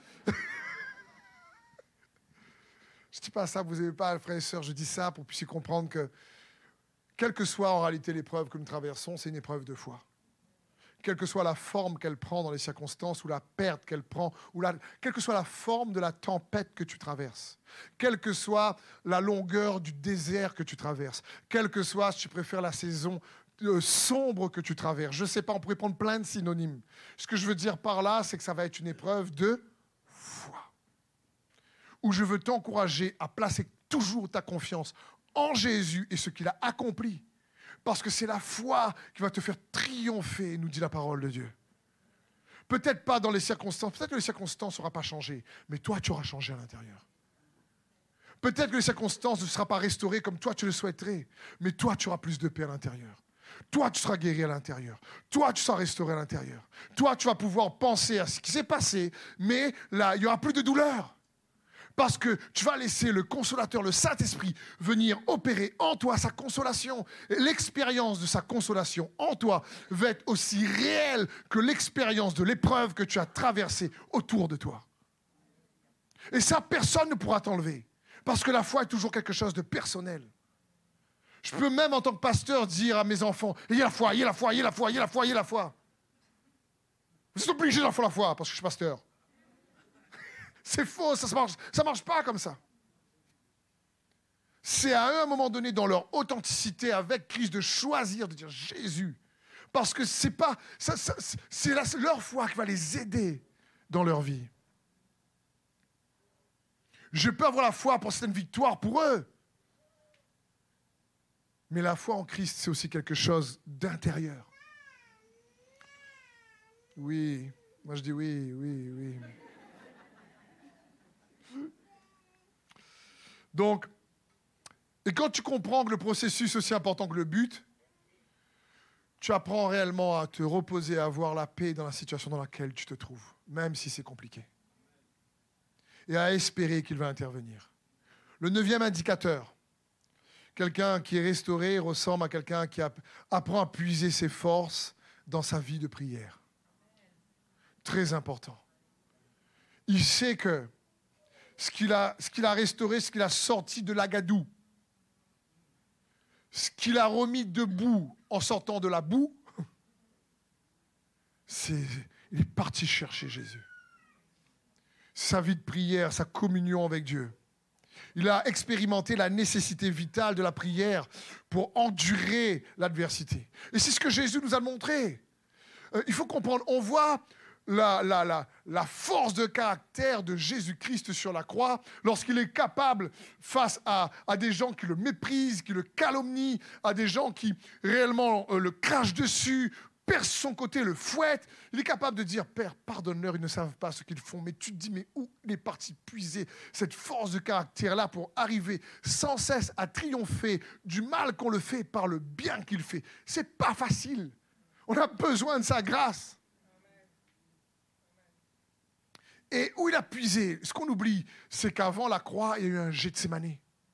Je ne dis pas ça, vous n'avez pas, frères et sœurs, je dis ça pour que vous puissiez comprendre que, quelle que soit en réalité l'épreuve que nous traversons, c'est une épreuve de foi. Quelle que soit la forme qu'elle prend dans les circonstances, ou la perte qu'elle prend, quelle que soit la forme de la tempête que tu traverses, quelle que soit la longueur du désert que tu traverses, quelle que soit, si tu préfères, la saison sombre que tu traverses. Je ne sais pas, on pourrait prendre plein de synonymes. Ce que je veux dire par là, c'est que ça va être une épreuve de foi. Où je veux t'encourager à placer toujours ta confiance en Jésus et ce qu'il a accompli. Parce que c'est la foi qui va te faire triompher, nous dit la parole de Dieu. Peut-être pas dans les circonstances, peut-être que les circonstances n'auront pas changé, mais toi, tu auras changé à l'intérieur. Peut-être que les circonstances ne seront pas restaurées comme toi, tu le souhaiterais, mais toi, tu auras plus de paix à l'intérieur. Toi, tu seras guéri à l'intérieur. Toi, tu seras restauré à l'intérieur. Toi, tu vas pouvoir penser à ce qui s'est passé, mais là, il n'y aura plus de douleur. Parce que tu vas laisser le consolateur, le Saint-Esprit, venir opérer en toi sa consolation. Et l'expérience de sa consolation en toi va être aussi réelle que l'expérience de l'épreuve que tu as traversée autour de toi. Et ça, personne ne pourra t'enlever. Parce que la foi est toujours quelque chose de personnel. Je peux même, en tant que pasteur, dire à mes enfants, il y a la foi, il y a la foi, il y a la foi, il y a la foi, il y a la foi. Vous êtes obligés d'en faire la foi, parce que je suis pasteur. C'est faux, ça ne marche pas comme ça. C'est à eux, à un moment donné, dans leur authenticité avec Christ, de choisir, de dire Jésus. Parce que c'est leur foi qui va les aider dans leur vie. Je peux avoir la foi pour certaines victoires pour eux. Mais la foi en Christ, c'est aussi quelque chose d'intérieur. Oui, moi je dis oui. Donc, et quand tu comprends que le processus est aussi important que le but, tu apprends réellement à te reposer, à avoir la paix dans la situation dans laquelle tu te trouves, même si c'est compliqué. Et à espérer qu'il va intervenir. Le 9e indicateur, quelqu'un qui est restauré ressemble à quelqu'un qui apprend à puiser ses forces dans sa vie de prière. Très important. Il sait que ce qu'il a restauré, ce qu'il a sorti de l'agadou, ce qu'il a remis debout en sortant de la boue, il est parti chercher Jésus. Sa vie de prière, sa communion avec Dieu. Il a expérimenté la nécessité vitale de la prière pour endurer l'adversité. Et c'est ce que Jésus nous a montré. Il faut comprendre, on voit la force de caractère de Jésus-Christ sur la croix, lorsqu'il est capable, face à des gens qui le méprisent, qui le calomnient, à des gens qui réellement le crachent dessus, percent son côté, le fouettent, il est capable de dire, Père, pardonne-leur, ils ne savent pas ce qu'ils font. Mais tu te dis, mais où il est parti puiser cette force de caractère-là pour arriver sans cesse à triompher du mal qu'on le fait par le bien qu'il fait? C'est pas facile. On a besoin de sa grâce. Et où il a puisé, ce qu'on oublie, c'est qu'avant la croix, il y a eu un Gethsémane.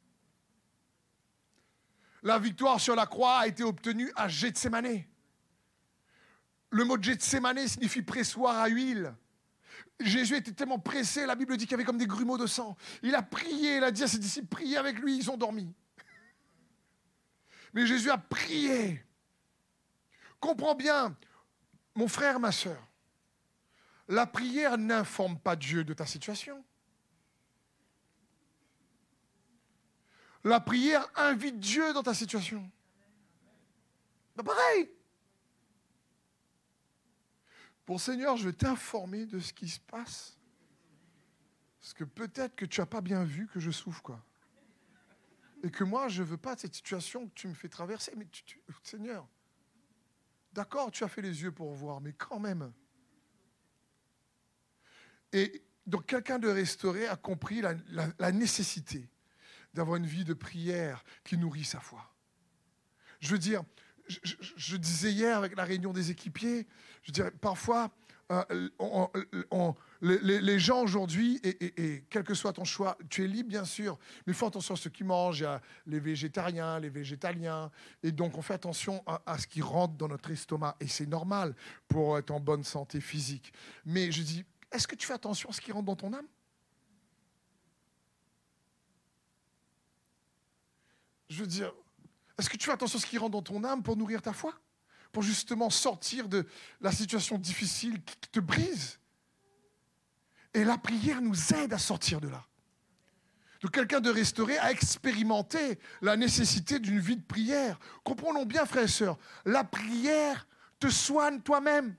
La victoire sur la croix a été obtenue à Gethsémane. Le mot Gethsémane signifie pressoir à huile. Jésus était tellement pressé, la Bible dit qu'il y avait comme des grumeaux de sang. Il a prié, il a dit à ses disciples, priez avec lui, ils ont dormi. Mais Jésus a prié. Comprends bien, mon frère, ma sœur, la prière n'informe pas Dieu de ta situation. La prière invite Dieu dans ta situation. Ben pareil. Bon Seigneur, je vais t'informer de ce qui se passe. Parce que peut-être que tu n'as pas bien vu que je souffre, quoi. Et que moi, je ne veux pas de cette situation que tu me fais traverser. Mais Seigneur, d'accord, tu as fait les yeux pour voir, mais quand même. Et donc quelqu'un de restauré a compris la nécessité d'avoir une vie de prière qui nourrit sa foi. Je veux dire, je disais hier avec la réunion des équipiers, je dirais parfois, les gens aujourd'hui, et quel que soit ton choix, tu es libre bien sûr, mais fais attention à ce qu'ils mangent, il y a les végétariens, les végétaliens, et donc on fait attention à ce qui rentre dans notre estomac, et c'est normal pour être en bonne santé physique. Mais je dis, est-ce que tu fais attention à ce qui rentre dans ton âme? Je veux dire, est-ce que tu fais attention à ce qui rentre dans ton âme pour nourrir ta foi? Pour justement sortir de la situation difficile qui te brise? Et la prière nous aide à sortir de là. Donc quelqu'un de restauré a expérimenté la nécessité d'une vie de prière. Comprenons bien, frères et sœurs, la prière te soigne toi-même.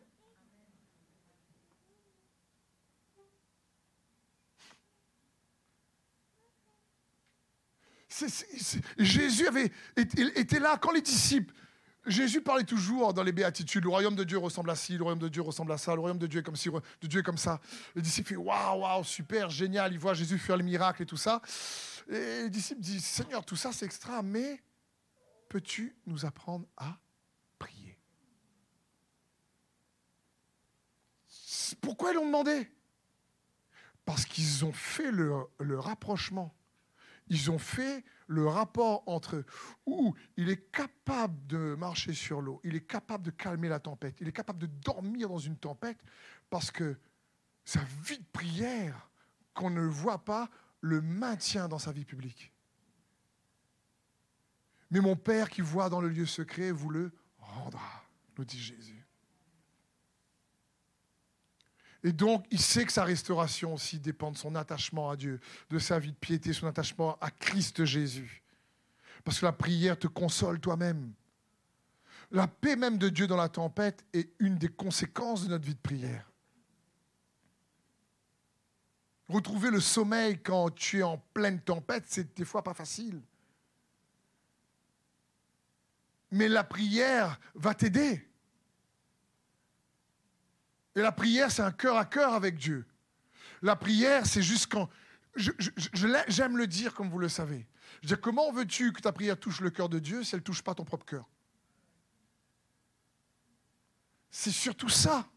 Jésus était là quand les disciples... Jésus parlait toujours dans les béatitudes, le royaume de Dieu ressemble à ci, le royaume de Dieu ressemble à ça, le royaume de Dieu est comme ci, de Dieu est comme ça. Les disciples disent, waouh, super, génial, ils voient Jésus faire les miracles et tout ça. Et les disciples disent, Seigneur, tout ça c'est extra, mais peux-tu nous apprendre à prier? Pourquoi ils l'ont demandé? Parce qu'ils ont fait le rapprochement. Ils ont fait le rapport entre où il est capable de marcher sur l'eau, il est capable de calmer la tempête, il est capable de dormir dans une tempête parce que sa vie de prière, qu'on ne voit pas, le maintient dans sa vie publique. Mais mon Père qui voit dans le lieu secret vous le rendra, nous dit Jésus. Et donc, il sait que sa restauration aussi dépend de son attachement à Dieu, de sa vie de piété, son attachement à Christ Jésus. Parce que la prière te console toi-même. La paix même de Dieu dans la tempête est une des conséquences de notre vie de prière. Retrouver le sommeil quand tu es en pleine tempête, c'est des fois pas facile. Mais la prière va t'aider. Et la prière, c'est un cœur à cœur avec Dieu. La prière, c'est juste quand... J'aime le dire comme vous le savez. Je veux dire, comment veux-tu que ta prière touche le cœur de Dieu si elle ne touche pas ton propre cœur? C'est surtout ça.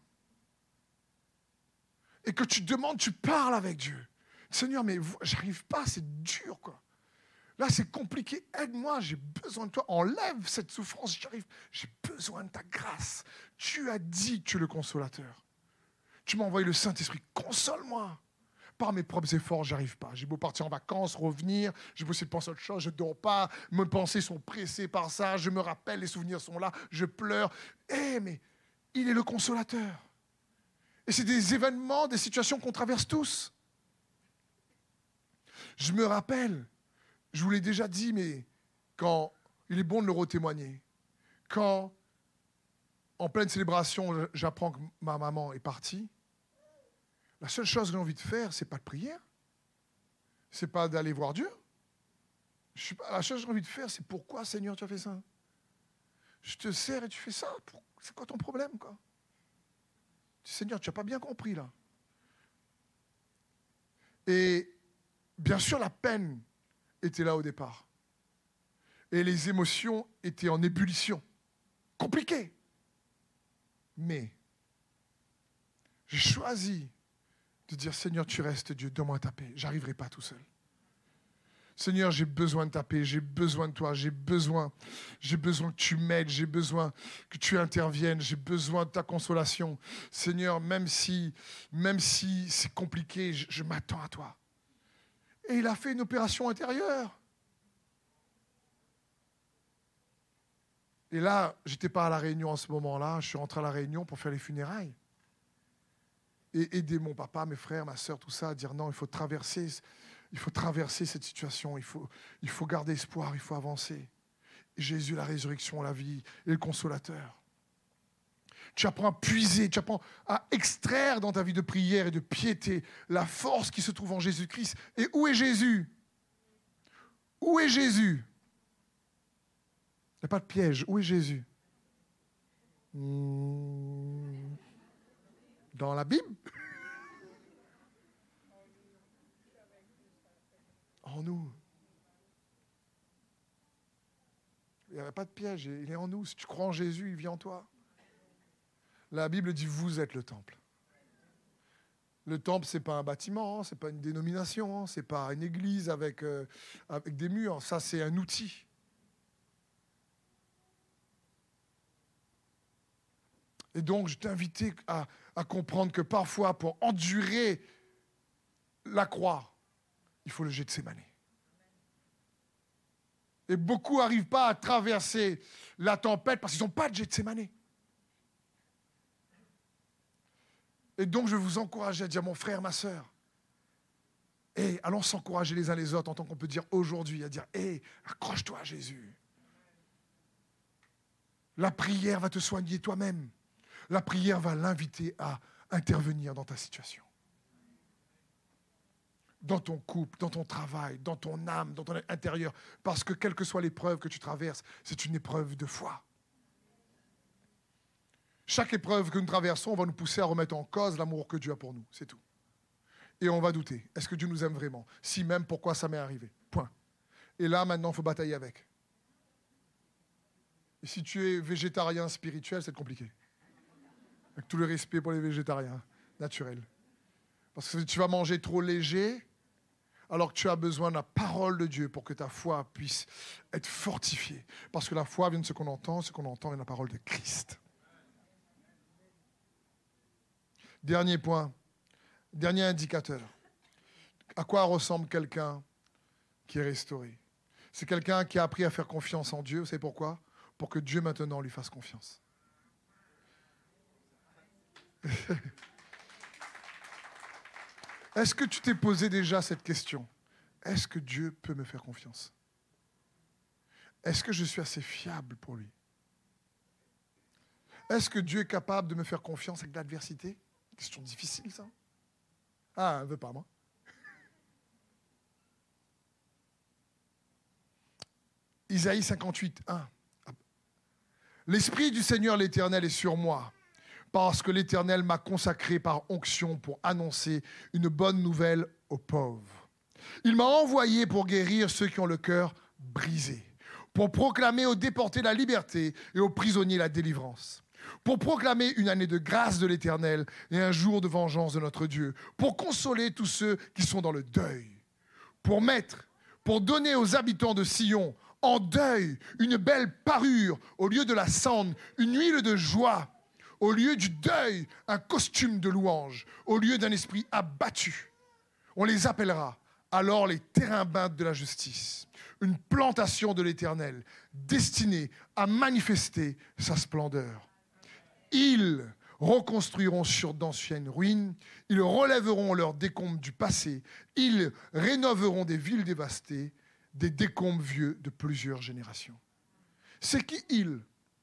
Et que tu demandes, tu parles avec Dieu. Seigneur, mais j'arrive pas, c'est dur, quoi. Là, c'est compliqué. Aide-moi, j'ai besoin de toi. Enlève cette souffrance, j'arrive. J'ai besoin de ta grâce. Tu as dit que tu es le consolateur. Tu m'as envoyé le Saint-Esprit. Console-moi. Par mes propres efforts, je n'y arrive pas. J'ai beau partir en vacances, revenir, j'ai beau essayer de penser à autre chose, je ne dors pas, mes pensées sont pressées par ça, je me rappelle, les souvenirs sont là, je pleure. Mais il est le consolateur. Et c'est des événements, des situations qu'on traverse tous. Je me rappelle, je vous l'ai déjà dit, mais quand il est bon de le retémoigner, quand en pleine célébration, j'apprends que ma maman est partie, La seule chose que j'ai envie de faire, c'est pas de prière. C'est pas d'aller voir Dieu. La chose que j'ai envie de faire, c'est pourquoi, Seigneur, tu as fait ça? Je te sers et tu fais ça. C'est quoi ton problème, quoi? Seigneur, tu n'as pas bien compris, là. Et bien sûr, la peine était là au départ. Et les émotions étaient en ébullition. Compliqué. Mais j'ai choisi de dire, Seigneur, tu restes Dieu, donne-moi ta paix. Je n'arriverai pas tout seul. Seigneur, j'ai besoin de ta paix, j'ai besoin de toi, j'ai besoin que tu m'aides, j'ai besoin que tu interviennes, j'ai besoin de ta consolation. Seigneur, même si c'est compliqué, je m'attends à toi. Et il a fait une opération intérieure. Et là, je n'étais pas à la Réunion en ce moment-là, je suis rentré à la Réunion pour faire les funérailles. Et aider mon papa, mes frères, ma soeur, tout ça, à dire non, il faut traverser cette situation, il faut garder espoir, il faut avancer. Jésus, la résurrection, la vie et le consolateur. Tu apprends à puiser, tu apprends à extraire dans ta vie de prière et de piété la force qui se trouve en Jésus-Christ. Et où est Jésus? Où est Jésus? Il n'y a pas de piège. Où est Jésus? Dans la Bible? En nous. Il n'y a pas de piège, il est en nous. Si tu crois en Jésus, il vit en toi. La Bible dit, vous êtes le temple. Le temple, ce n'est pas un bâtiment, ce n'est pas une dénomination, ce n'est pas une église avec des murs. Ça, c'est un outil. Et donc, je t'ai invité à comprendre que parfois, pour endurer la croix, il faut le Gethsémane. Et beaucoup n'arrivent pas à traverser la tempête parce qu'ils n'ont pas de Gethsémane. Et donc, je vais vous encourager à dire, mon frère, ma sœur, allons s'encourager les uns les autres en tant qu'on peut dire aujourd'hui, à dire, accroche-toi à Jésus. La prière va te soigner toi-même. La prière va l'inviter à intervenir dans ta situation. Dans ton couple, dans ton travail, dans ton âme, dans ton intérieur. Parce que quelle que soit l'épreuve que tu traverses, c'est une épreuve de foi. Chaque épreuve que nous traversons va nous pousser à remettre en cause l'amour que Dieu a pour nous. C'est tout. Et on va douter. Est-ce que Dieu nous aime vraiment? Si même, pourquoi ça m'est arrivé? Point. Et là, maintenant, il faut batailler avec. Et si tu es végétarien spirituel, c'est compliqué. Avec tout le respect pour les végétariens naturels. Parce que tu vas manger trop léger, alors que tu as besoin de la parole de Dieu pour que ta foi puisse être fortifiée. Parce que la foi vient de ce qu'on entend vient de la parole de Christ. Dernier point, dernier indicateur. À quoi ressemble quelqu'un qui est restauré? C'est quelqu'un qui a appris à faire confiance en Dieu. Vous savez pourquoi? Pour que Dieu maintenant lui fasse confiance. Est-ce que tu t'es posé déjà cette question? Est-ce que Dieu peut me faire confiance? Est-ce que je suis assez fiable pour lui? Est-ce que Dieu est capable de me faire confiance avec l'adversité? Question difficile, ça. Ah, elle ne veut pas, moi. Isaïe 58, 1. L'Esprit du Seigneur l'Éternel est sur moi, parce que l'Éternel m'a consacré par onction pour annoncer une bonne nouvelle aux pauvres. Il m'a envoyé pour guérir ceux qui ont le cœur brisé, pour proclamer aux déportés la liberté et aux prisonniers la délivrance, pour proclamer une année de grâce de l'Éternel et un jour de vengeance de notre Dieu, pour consoler tous ceux qui sont dans le deuil, pour donner aux habitants de Sion en deuil une belle parure au lieu de la cendre, une huile de joie, au lieu du deuil, un costume de louange, au lieu d'un esprit abattu. On les appellera alors les térébintes de la justice, une plantation de l'Éternel destinée à manifester sa splendeur. Ils reconstruiront sur d'anciennes ruines, ils relèveront leurs décombres du passé, ils rénoveront des villes dévastées, des décombres vieux de plusieurs générations. C'est qui ils?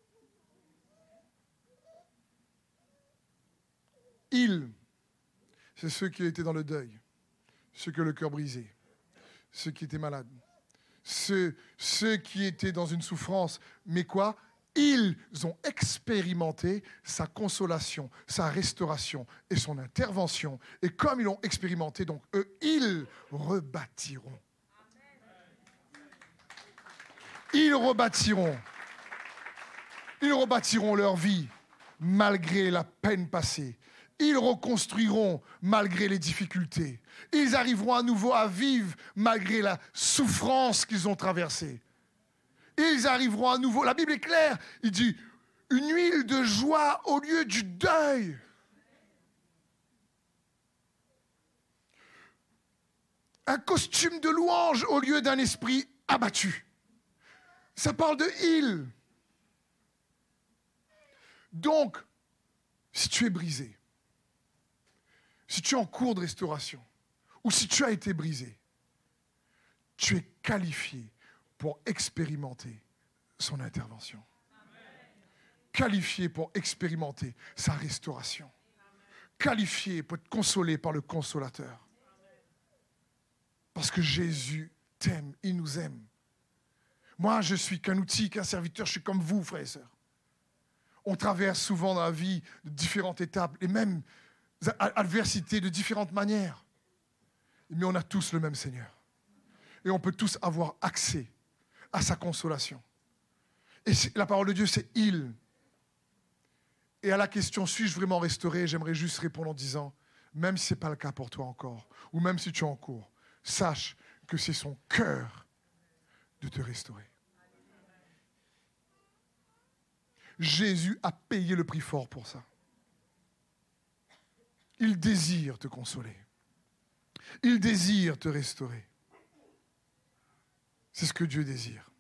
Ils, C'est ceux qui étaient dans le deuil, ceux qui ont le cœur brisé, ceux qui étaient malades, ceux qui étaient dans une souffrance. Mais quoi? Ils ont expérimenté sa consolation, sa restauration et son intervention. Et comme ils l'ont expérimenté, donc eux, ils rebâtiront. Ils rebâtiront. Ils rebâtiront leur vie malgré la peine passée. Ils reconstruiront malgré les difficultés. Ils arriveront à nouveau à vivre malgré la souffrance qu'ils ont traversée. Ils arriveront à nouveau. La Bible est claire. Il dit une huile de joie au lieu du deuil. Un costume de louange au lieu d'un esprit abattu. Ça parle de il. Donc, si tu es brisé, si tu es en cours de restauration, ou si tu as été brisé, tu es qualifié pour expérimenter son intervention. Qualifié pour expérimenter sa restauration. Qualifié pour être consolé par le consolateur. Parce que Jésus t'aime, il nous aime. Moi, je suis qu'un outil, qu'un serviteur, je suis comme vous, frères et sœurs. On traverse souvent dans la vie de différentes étapes, les mêmes adversités de différentes manières. Mais on a tous le même Seigneur. Et on peut tous avoir accès à sa consolation. Et la parole de Dieu, c'est « il ». Et à la question « suis-je vraiment restauré ?» j'aimerais juste répondre en disant « même si ce n'est pas le cas pour toi encore, ou même si tu es en cours, sache que c'est son cœur de te restaurer. » Jésus a payé le prix fort pour ça. Il désire te consoler. Il désire te restaurer. C'est ce que Dieu désire.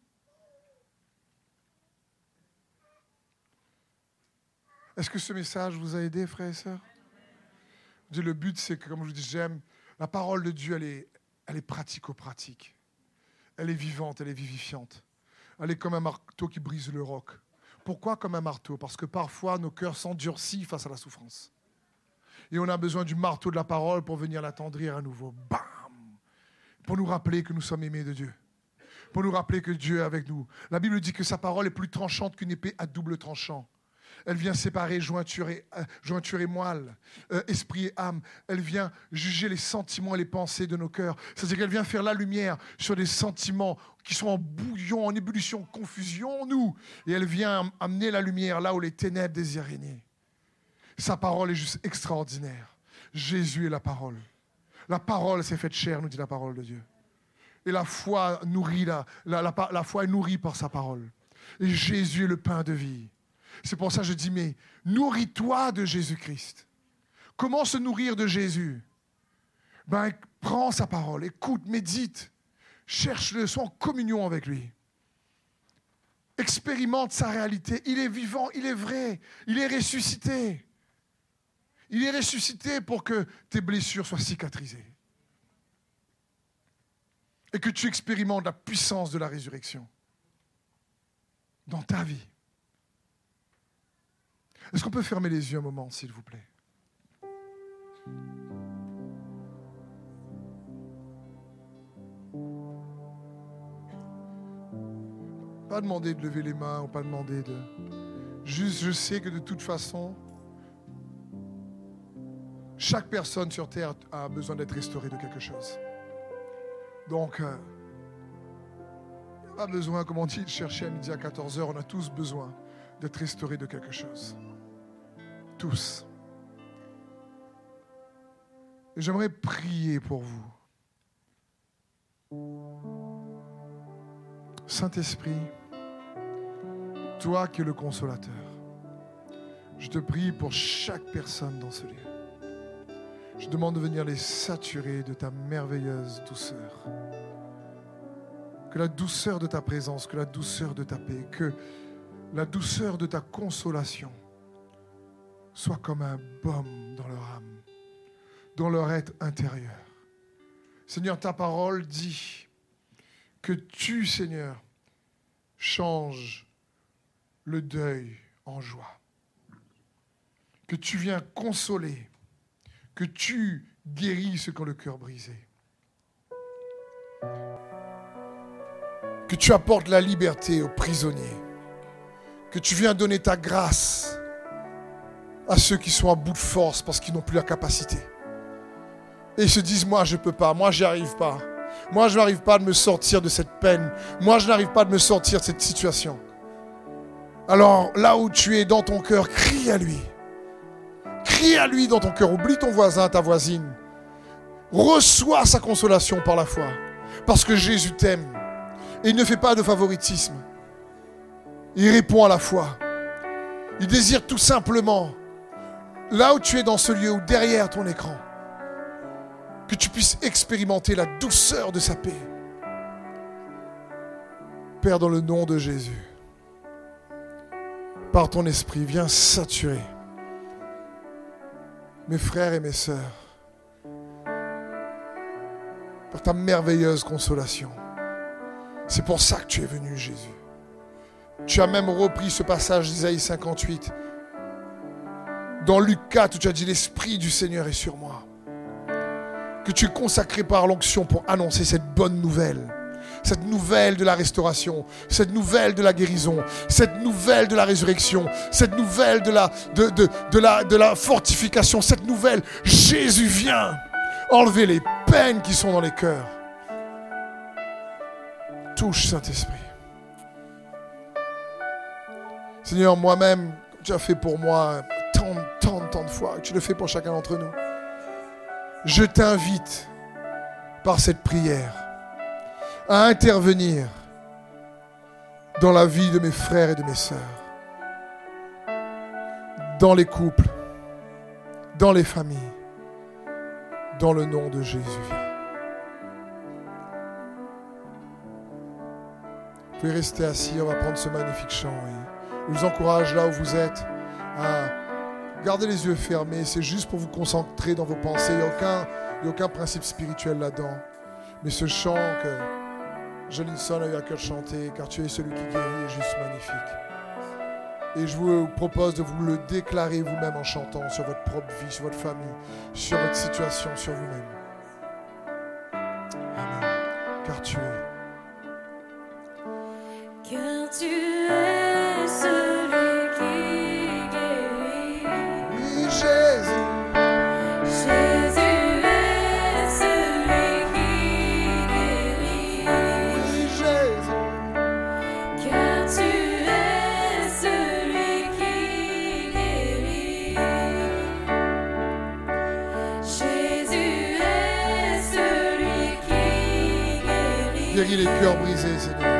Est-ce que ce message vous a aidé, frères et sœurs? Le but, c'est que, comme je vous dis, j'aime, la parole de Dieu, elle est pratico-pratique. Elle est vivante, elle est vivifiante. Elle est comme un marteau qui brise le roc. Pourquoi comme un marteau? Parce que parfois, nos cœurs s'endurcissent face à la souffrance. Et on a besoin du marteau de la parole pour venir l'attendrir à nouveau. Bam! Pour nous rappeler que nous sommes aimés de Dieu. Pour nous rappeler que Dieu est avec nous. La Bible dit que sa parole est plus tranchante qu'une épée à double tranchant. Elle vient séparer jointure et moelle, esprit et âme. Elle vient juger les sentiments et les pensées de nos cœurs. C'est-à-dire qu'elle vient faire la lumière sur des sentiments qui sont en bouillon, en ébullition, en confusion en nous. Et elle vient amener la lumière là où les ténèbres désirent régner. Sa parole est juste extraordinaire. Jésus est la parole. La parole s'est faite chair, nous dit la parole de Dieu. Et la foi nourrit, la foi est nourrie par sa parole. Et Jésus est le pain de vie. C'est pour ça que je dis, mais nourris-toi de Jésus-Christ. Comment se nourrir de Jésus? Prends sa parole, écoute, médite, cherche-le, sois en communion avec lui. Expérimente sa réalité. Il est vivant, il est vrai, il est ressuscité. Il est ressuscité pour que tes blessures soient cicatrisées. Et que tu expérimentes la puissance de la résurrection dans ta vie. Est-ce qu'on peut fermer les yeux un moment, s'il vous plaît? Pas demander de lever les mains, ou pas demander de... Juste, je sais que de toute façon, chaque personne sur Terre a besoin d'être restaurée de quelque chose. Donc, il n'y a pas besoin, comme on dit, de chercher à midi à 14h. On a tous besoin d'être restaurés de quelque chose. Tous. Et j'aimerais prier pour vous. Saint-Esprit, toi qui es le consolateur, je te prie pour chaque personne dans ce lieu. Je demande de venir les saturer de ta merveilleuse douceur. Que la douceur de ta présence, que la douceur de ta paix, que la douceur de ta consolation soit comme un baume dans leur âme, dans leur être intérieur. Seigneur, ta parole dit que tu, Seigneur, changes le deuil en joie. Que tu viens consoler, que tu guéris ceux qui ont le cœur brisé. Que tu apportes la liberté aux prisonniers. Que tu viens donner ta grâce à ceux qui sont à bout de force parce qu'ils n'ont plus la capacité. Et ils se disent, moi je ne peux pas, moi j'y arrive pas. Moi je n'arrive pas à me sortir de cette peine. Moi je n'arrive pas à me sortir de cette situation. Alors là où tu es dans ton cœur, crie à lui. Crie à lui dans ton cœur. Oublie ton voisin, ta voisine. Reçois sa consolation par la foi. Parce que Jésus t'aime. Et il ne fait pas de favoritisme. Il répond à la foi. Il désire tout simplement, là où tu es dans ce lieu ou derrière ton écran, que tu puisses expérimenter la douceur de sa paix. Père, dans le nom de Jésus, par ton esprit, viens saturer mes frères et mes sœurs par ta merveilleuse consolation. C'est pour ça que tu es venu, Jésus. Tu as même repris ce passage d'Isaïe 58. Dans Luc 4, où tu as dit, l'Esprit du Seigneur est sur moi. Que tu es consacré par l'onction pour annoncer cette bonne nouvelle. Cette nouvelle de la restauration, cette nouvelle de la guérison, cette nouvelle de la résurrection, cette nouvelle de la fortification, cette nouvelle. Jésus vient enlever les peines qui sont dans les cœurs. Touche, Saint-Esprit. Seigneur, moi-même, tu as fait pour moi tant de fois, et tu le fais pour chacun d'entre nous. Je t'invite par cette prière à intervenir dans la vie de mes frères et de mes sœurs, dans les couples, dans les familles, dans le nom de Jésus. Vous pouvez rester assis, on va prendre ce magnifique chant. Et je vous encourage là où vous êtes à garder les yeux fermés. C'est juste pour vous concentrer dans vos pensées. Il n'y a aucun principe spirituel là-dedans. Mais ce chant que Jolinson a eu à cœur de chanter, car tu es celui qui guérit, est juste magnifique. Et je vous propose de vous le déclarer vous-même en chantant sur votre propre vie, sur votre famille, sur votre situation, sur vous-même. Amen. Car tu es. Car tu es celui qui guérit. Oui, Jésus. Jésus est celui qui guérit. Oui, Jésus. Car tu es celui qui guérit. Jésus est celui qui guérit. Guéris les cœurs brisés, Seigneur.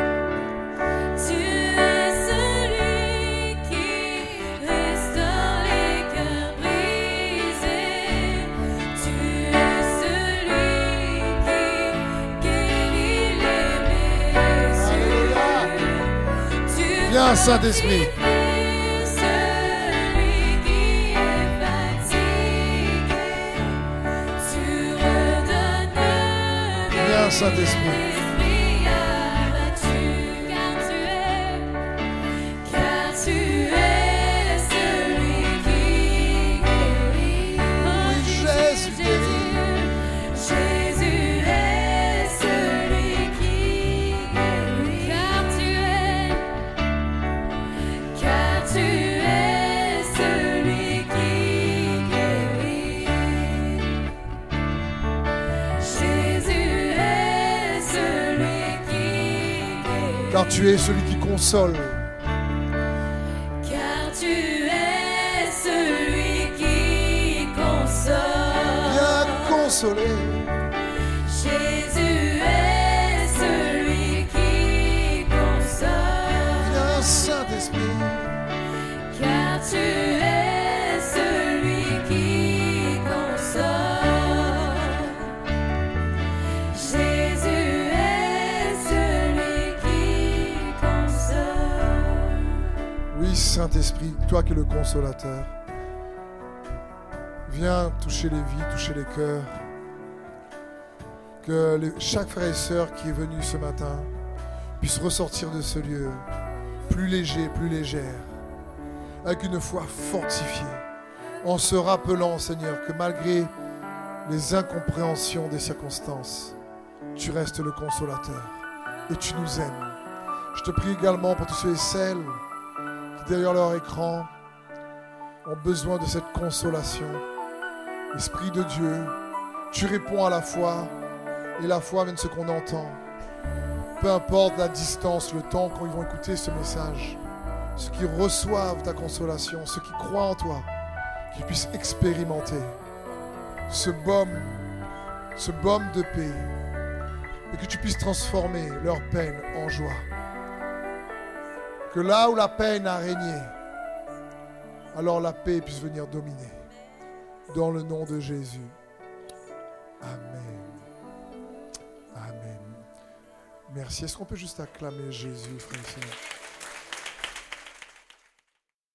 Viens, Saint-Esprit. Viens, Saint-Esprit. Car tu es celui qui console. Car tu es celui qui console. Viens consoler. Jésus est celui qui console. Viens, Saint-Esprit. Car tu es celui qui console. Jésus est celui qui console. Oui, Saint-Esprit, toi qui es le consolateur. Viens toucher les vies, toucher les cœurs. Que chaque frère et sœur qui est venu ce matin puisse ressortir de ce lieu plus léger, plus légère, avec une foi fortifiée, en se rappelant, Seigneur, que malgré les incompréhensions des circonstances, tu restes le consolateur et tu nous aimes. Je te prie également pour tous ceux et celles qui, derrière leur écran, ont besoin de cette consolation. Esprit de Dieu, tu réponds à la foi, et la foi vient de ce qu'on entend. Peu importe la distance, le temps quand ils vont écouter ce message, ceux qui reçoivent ta consolation, ceux qui croient en toi, qu'ils puissent expérimenter ce baume de paix, et que tu puisses transformer leur peine en joie. Que là où la peine a régné, alors la paix puisse venir dominer. Dans le nom de Jésus. Amen. Amen. Merci. Est-ce qu'on peut juste acclamer Jésus, frère et sœur?